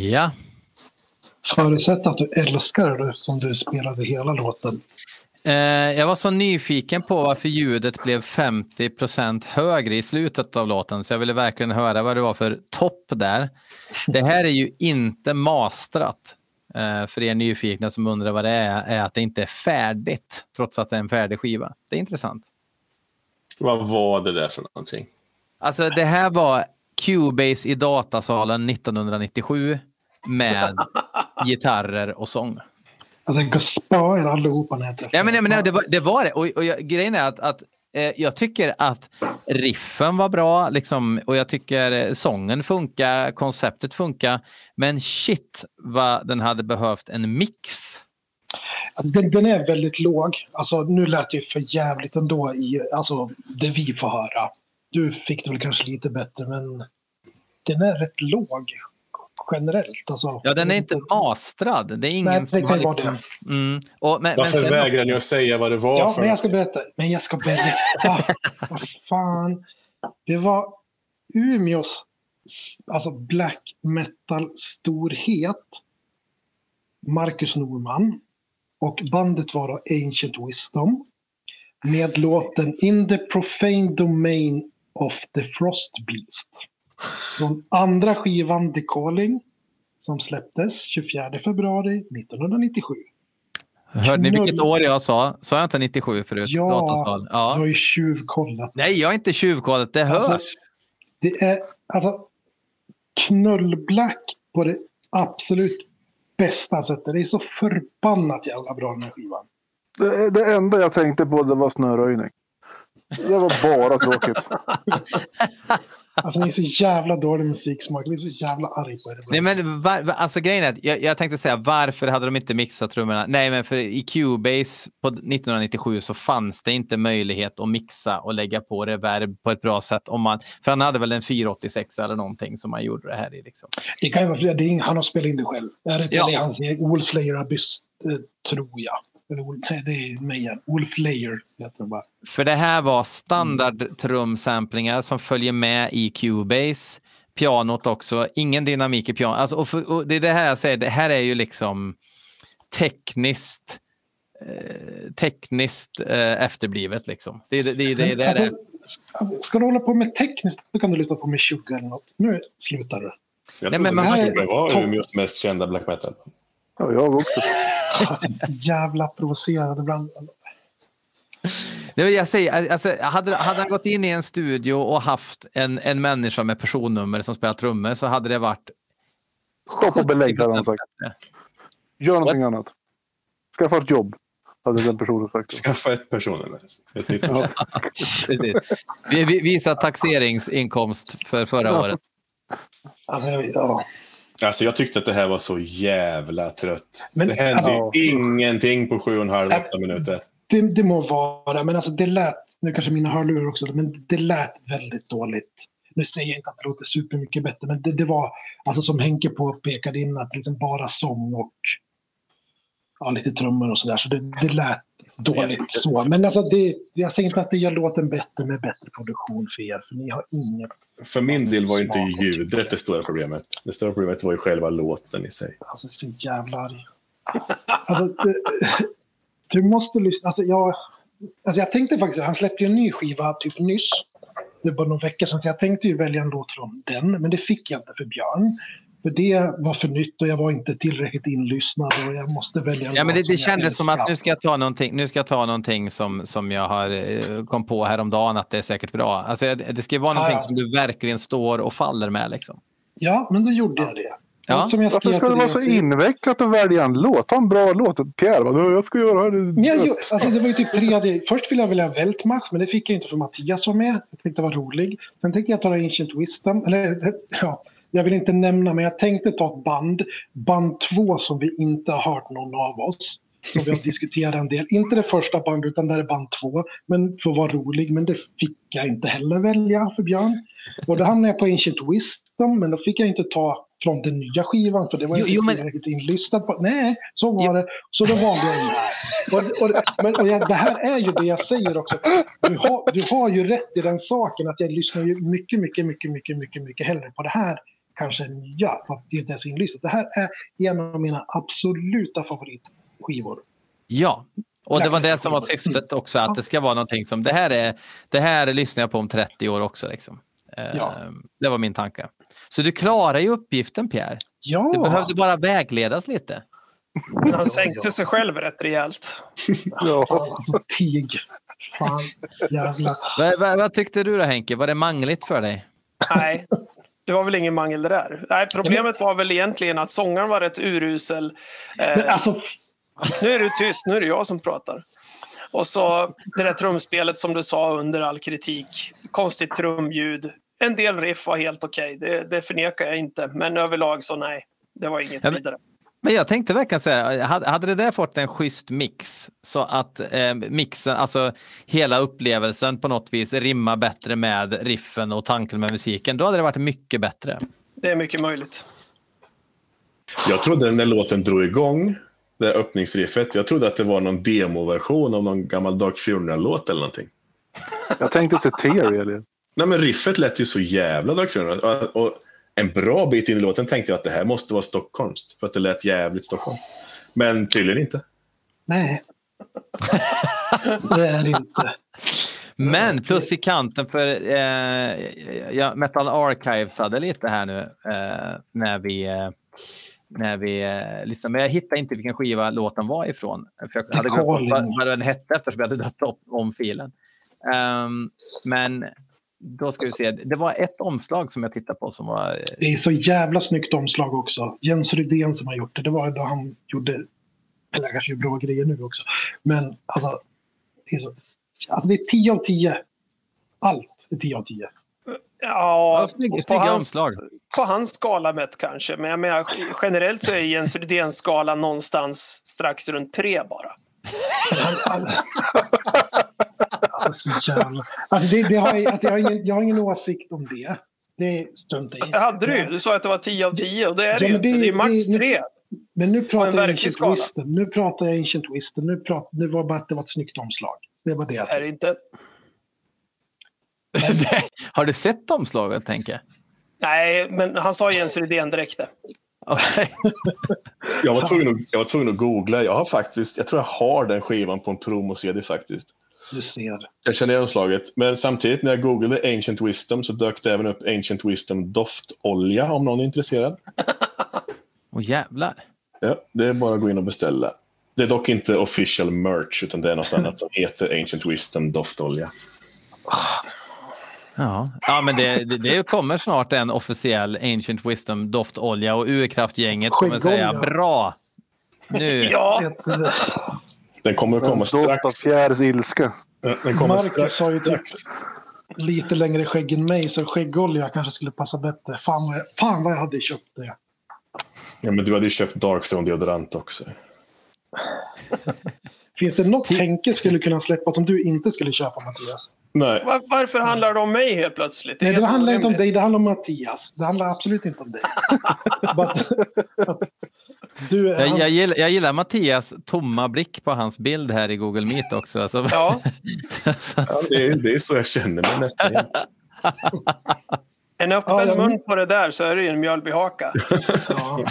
Ja. Förutsätt att du älskar det eftersom du spelade hela låten. Eh, jag var så nyfiken på varför ljudet blev femtio procent högre i slutet av låten, så jag ville verkligen höra vad det var för topp där. Det här är ju inte mastrat. Eh, för er nyfikna som undrar vad det är, är att det inte är färdigt, trots att det är en färdig skiva. Det är intressant. Vad var det där för någonting? Alltså det här var Cubase i datasalen nittonhundranittiosju med gitarrer och sång. Alltså Gaspar är allihopa när jag Ja, men, nej, men nej, det, var, det var det. Och, och jag, grejen är att, att eh, jag tycker att riffen var bra liksom, och jag tycker sången funkar, konceptet funkar, men shit vad den hade behövt en mix. Den, den är väldigt låg. Alltså nu lät det ju för jävligt ändå i alltså, det vi får höra. Du fick det väl kanske lite bättre, men den är rätt låg generellt. Alltså, ja, den är inte mastrad. Det är ingen nej, som det kan har vara liksom... det. Mm. Och, men, Varför men sen... vägrar ni att säga vad det var ja, för? Men jag ska berätta. Men jag ska berätta. Vad fan. Det var Umeås alltså black metal storhet. Marcus Norman. Och bandet var då Ancient Wisdom. Med låten In the Profane Domain of the Frost Beast. Från andra skivan The Calling. Som släpptes tjugofjärde februari nittonhundranittiosju. Hörde ni vilket år jag sa? Sa jag inte nittiosju förut? Ja, Datasal. Ja. du har ju tjuvkollat. Nej, jag är inte tjuvkollat. Det hörs. Alltså, det är alltså knullblack på det absolut bästa sättet. Det är så förbannat jävla bra den här skivan. Det, det enda jag tänkte på det var snöröjning. Det var bara tråkigt. Alltså det är så jävla dålig musiksmak. Det är så jävla arg på det. Nej, men var, alltså grejen är att jag, jag tänkte säga varför hade de inte mixat trummorna? Nej, men för i Cubase på nittonhundranittiosju så fanns det inte möjlighet att mixa och lägga på reverb på ett bra sätt. Om man, för han hade väl en fyra åttiosex eller någonting som man gjorde det här i. Liksom. Det kan ju vara flera. Det är ing, han har spelat in det själv. Det är ja. Det hans Wolf Layer Abyss, eh, tror jag. Eller, nej, det är mig igen. Wolf Layer heter det bara. För det här var standard trumsamplingar som följer med i Cubase. Pianot också. Ingen dynamik i pianot. Alltså, och, för, och det är det här jag säger. Det här är ju liksom tekniskt eh, tekniskt eh, efterblivet liksom. Det är det, det, det, det, alltså, det. Alltså, ska du hålla på med tekniskt så kan du lyssna på Meshuggah eller något. Nu slutar du. Jag Nej, trodde men att det det var top- Umeås mest kända black metal. Ja, jag också. Alltså, så jävla provocerad ibland. Det vill jag säga, alltså, hade, hade han gått in i en studio och haft en, en människa med personnummer som spelar trummor så hade det varit Stopp och belägg hade han sagt. Gör någonting What? annat. Skaffa ett jobb. Hade den personen sagt. Skaffa ett personnummer. Ett nytt ja, precis. Vi, vi, visa taxeringsinkomst för förra ja. året. Alltså, ja. Alltså jag tyckte att det här var så jävla trött. Men, det hände alltså, ingenting på sju och en halv, åtta minuter. Det, det må vara, men alltså det lät, nu kanske mina hörlurar också, men det lät väldigt dåligt. Nu säger jag inte att det låter supermycket bättre, men det, det var, alltså som Henke påpekade innan, att liksom bara sång och ja, lite trummor och sådär, så det, det lät dåligt så. Men alltså det, jag säger inte att det gör låten bättre med bättre produktion för er, för ni har inget. För min del var ju inte ljudet det stora problemet. Det stora problemet var ju själva låten i sig. Alltså så jävla arg. Alltså, det, du måste lyssna, alltså jag, alltså jag tänkte faktiskt, han släppte ju en ny skiva typ nyss. Det var några veckor sedan, så jag tänkte ju välja en låt från den, men det fick jag inte för Björn. För det var för nytt och jag var inte tillräckligt inlyssnad och jag måste välja en ja, men det, det som kändes som att nu ska jag ta någonting, nu ska jag ta någonting som, som jag har kom på häromdagen att det är säkert bra. Alltså det ska ju vara någonting ah, ja. som du verkligen står och faller med liksom. Ja, men då gjorde jag det. Ja. Som jag Varför ska det vara så också invecklat att välja en låt? Ta en bra låt. Pierre, vad jag ska göra det. Men jag, alltså, det var ju typ tre. Först ville jag välja Weltmacht, men det fick jag inte för Mattias var med. Jag tänkte det var rolig. Sen tänkte jag ta Ancient Wisdom. Eller, ja, jag vill inte nämna, men jag tänkte ta ett band. Band två som vi inte har hört någon av oss. Som vi har diskuterat en del. Inte det första bandet, utan det är band två. Men för att vara rolig, men det fick jag inte heller välja för Björn. Och då hamnade jag på Ancient Wisdom, men då fick jag inte ta från den nya skivan, för det var jo, inte jo, men... riktigt inlyssnat på. Nej, så var jo. det. Så då valde jag det. Och, och, men, och jag, det här är ju det jag säger också. Du har, du har ju rätt i den saken att jag lyssnar ju mycket, mycket, mycket, mycket, mycket, mycket hellre på det här kanske nya, för att det inte är så inlyssnat. Det här är en av mina absoluta favoritskivor. Ja, och det var det som var syftet också, att det ska vara någonting som, det här är, det här lyssnar jag på om trettio år också liksom. Ja. Det var min tanke. Så du klarar ju uppgiften, Pierre. Ja. Du behövde bara vägledas lite. Men han sänkte ja. sig själv rätt rejält. Ja, alltså tig. Fan, jävlar. Vad, vad, vad tyckte du då, Henke? Var det mangligt för dig? Nej, det var väl ingen mangel det där. Nej, problemet var väl egentligen att sångaren var rätt urusel. Eh, alltså... Nu är du tyst, nu är det jag som pratar. Och så det där trumspelet som du sa under all kritik. Konstigt trumljud. En del riff var helt okej, okay. det, det förnekar jag inte. Men överlag så nej, det var inget ja, vidare. Men jag tänkte verkligen säga, hade det där fått en schysst mix så att eh, mixen, alltså hela upplevelsen på något vis rimmar bättre med riffen och tanken med musiken, då hade det varit mycket bättre. Det är mycket möjligt. Jag trodde när låten drog igång, det öppningsriffet, jag trodde att det var någon demoversion av någon gammal Dark Funeral-låt eller någonting. Jag tänkte se Terry eller? Nej, men riffet lät ju så jävla Dark Funeral. Och en bra bit in i låten tänkte jag att det här måste vara Stockholms, för att det lät jävligt Stockholm. Men tydligen inte. Nej. Det är inte. Men plus i kanten, för eh, ja, Metal Archives hade lite här nu eh, när vi eh, när vi eh, lyssnade. Men jag hittade inte vilken skiva låten var ifrån. För jag hade glömt vad, vad den hette eftersom jag hade döpt upp om filen. Um, men då ska vi se. Det var ett omslag som jag tittade på som var... Det är så jävla snyggt omslag också. Jens Rydén som har gjort det. Det var då han gjorde... Eller kanske bra grejer nu också. Men alltså... Det är, så, alltså det är tio av tio. Allt är tio av tio. Ja, snygg, på, hans, på hans skala mätt kanske. Men jag menar, generellt så är Jens Rydéns skala någonstans strax runt tre bara. Alltså, alltså, det, det har jag, alltså jag, har ingen, jag har ingen åsikt om det. Det struntar jag i. Det hade du ju. Du sa att det var tio av tio och det är det ju ja, inte. Det är max det, tre. Men nu pratar jag Ancient Wisdom. Nu pratar jag Ancient Wisdom. Nu pratar, det var bara att det var ett snyggt omslag. Det var det. Det är det inte. Har du sett omslaget, tänker jag? Nej, men han sa Jens Rydén direkt det. Okay. jag, var tvungen att, jag var tvungen att googla. Jag har faktiskt, jag tror jag har den skivan på en promo-C D faktiskt. Du ser. Jag känner igen omslaget. Men samtidigt när jag googlade Ancient Wisdom så dök det även upp Ancient Wisdom doftolja om någon är intresserad. Åh oh, jävlar. Ja, det är bara att gå in och beställa. Det är dock inte official merch utan det är något annat som heter Ancient Wisdom doftolja. Ja, ja men det, det, det kommer snart en officiell Ancient Wisdom doftolja och Urkraftgänget kommer säga bra. Nu. Ja. Den kommer att komma strax. Doft av Pierres ilska. Den kommer Marcus strax. har ju strax. lite längre skägg än mig så skäggolja kanske skulle passa bättre. Fan vad jag, fan vad jag hade köpt det. Ja, men du hade ju köpt Darkthrone deodorant också. Finns det något Henke skulle kunna släppa som du inte skulle köpa, Mattias? Nej. Var, varför handlar det om mig helt plötsligt? Det, Nej, det handlar inte om dig, det handlar om Mattias. Det handlar absolut inte om dig. But, du är jag, hans... jag, gillar, jag gillar Mattias tomma blick på hans bild här i Google Meet också. Alltså. Ja. Ja, det, är, det är så jag känner mig nästan. En öppen ja, jag... mun på det där så är det en mjölbyhaka. Ja.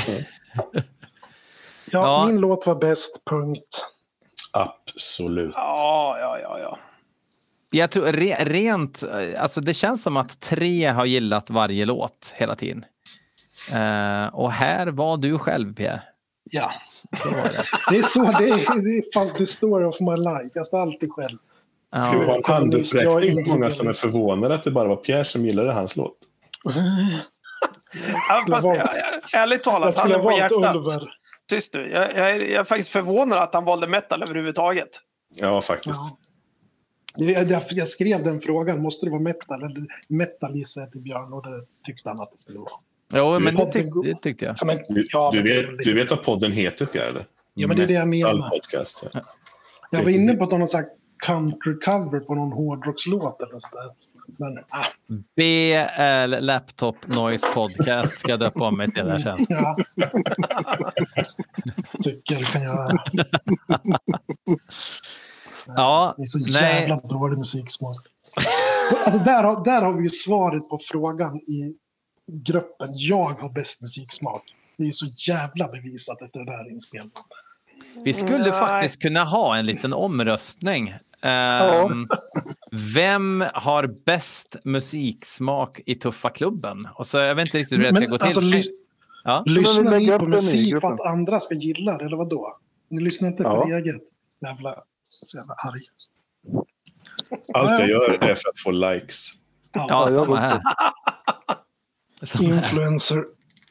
Ja, ja, min låt var bäst, punkt. Absolut. Ja, ja, ja, ja. Jag tror re, rent, alltså det känns som att tre har gillat varje låt hela tiden. Uh, och här var du själv, Pierre. Ja. Så var det. Det är så, det är, det är fan the story of my life. Jag står alltid själv. Ja. Ska vi ha en handuppräckning på många som är förvånade att det bara var Pierre som gillade hans låt? Ja, fast, jag, jag, ärligt talat, han är på hjärtat. Oliver. Tyst nu. Jag, jag, jag är faktiskt förvånad att han valde metal överhuvudtaget. Ja, faktiskt. Ja. Jag, jag skrev den frågan, måste det vara metal? Eller metal gissade jag till Björn och det tyckte han att det skulle vara. Jo, men det, tyck, det tyckte jag. Ja, men, ja, du, vet, du vet vad podden heter, Pierre? Eller? Ja, men det är det jag menar. Podcast, ja. Jag var inne på att de har sagt country cover på någon hårdrockslåt eller sådär. Men, ah. B L Laptop Noise Podcast ska jag döpa om mig till där sen. Ja. Tycker jag kan göra. Ja, det är så nej. jävla dålig musiksmak. Alltså där, har, där har vi ju svaret på frågan i gruppen jag har bäst musiksmak. Det är ju så jävla bevisat efter det här inspelningen. Vi skulle Nej. faktiskt kunna ha en liten omröstning. Um, vem har bäst musiksmak i Tuffa klubben? Och så jag vet inte riktigt hur det ska Men gå till. alltså, ly- ja. lyssnar lägg ni upp på den i musik för gruppen. att andra ska gilla det, eller vad då? Ni lyssnar inte Ja. på eget. Jävla, så jävla arg. Allt jag gör är för att få likes. Ja, jag samma går- här. Samma här. Influencer.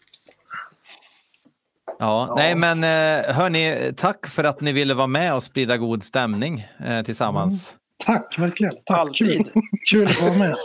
Ja, nej men eh, hörni, tack för att ni ville vara med och sprida god stämning eh, tillsammans. Tack, verkligen. Tack. Alltid. Kul. Kul att vara med.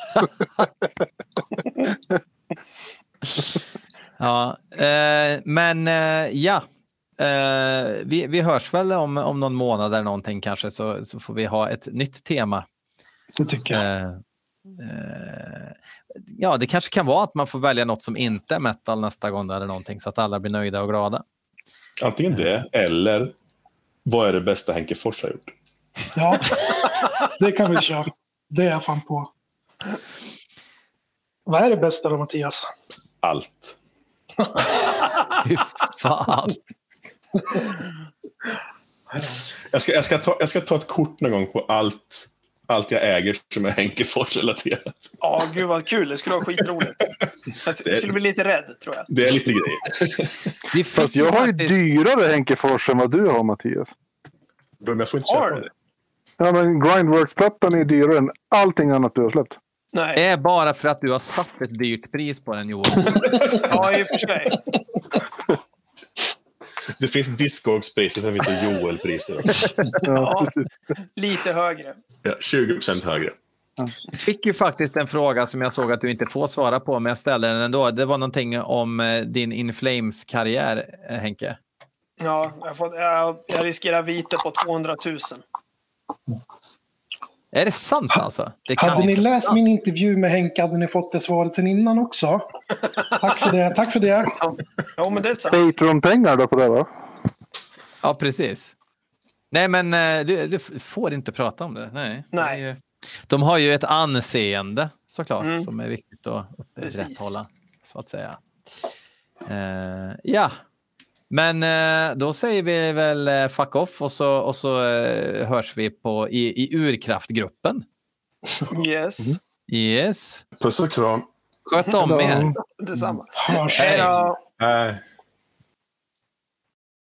Ja, eh, men eh, ja, eh, vi, vi hörs väl om, om någon månad eller någonting kanske, så, så får vi ha ett nytt tema. Det tycker jag. Eh, eh, ja, det kanske kan vara att man får välja något som inte är metal nästa gång eller någonting, så att alla blir nöjda och glada. Antingen det, eller vad är det bästa Henke Fors har gjort? Ja, det kan vi köra. Det är jag fan på. Vad är det bästa då, Mattias? Allt. Fy fan. Jag ska, jag, ska ta, jag ska ta ett kort någon gång på allt, allt jag äger som är Henke Fors-relaterat. Ja, gud vad kul. Det skulle vara skitroligt. Jag skulle bli lite rädd, tror jag. Det är lite grejer. Vi fick Fast jag har ju faktiskt- dyrare Henke Fors än vad du har, Mattias. Men jag får inte Har köpa du? det. Ja, men Grindworks-plattan är dyrare än allting annat du har släppt. Nej, Det är bara för att du har satt ett dyrt pris på den, Johan. ja, i och för sig. Det finns Discogs-priser, sen finns det Joel-priser också. Ja, Ja. precis. Lite högre. Ja, tjugo procent högre. Jag fick ju faktiskt en fråga som jag såg att du inte får svara på, men jag ställde den ändå. Det var någonting om eh, din In Flames-karriär, eh, Henke. Ja, jag, får, jag, jag riskerar vite på tvåhundratusen. Är det sant alltså? Det kan Hade ni inte- läst min intervju med Henke hade ni fått det svaret sen innan också. Tack för det. Tack för det. Ja, men det är sant. Patreon-pengar då på det, va? Ja, precis. Nej, men eh, du, du får inte prata om det. Nej. Nej. Det är ju- De har ju ett anseende, såklart, Mm. som är viktigt att Precis. upprätthålla, så att säga. Eh, ja, men eh, då säger vi väl eh, fuck off och så, och så eh, hörs vi på, i, i Urkraftgruppen. Yes, Yes. Puss och kram. Sköt om er. detsamma. Hörs. Hej då. Äh.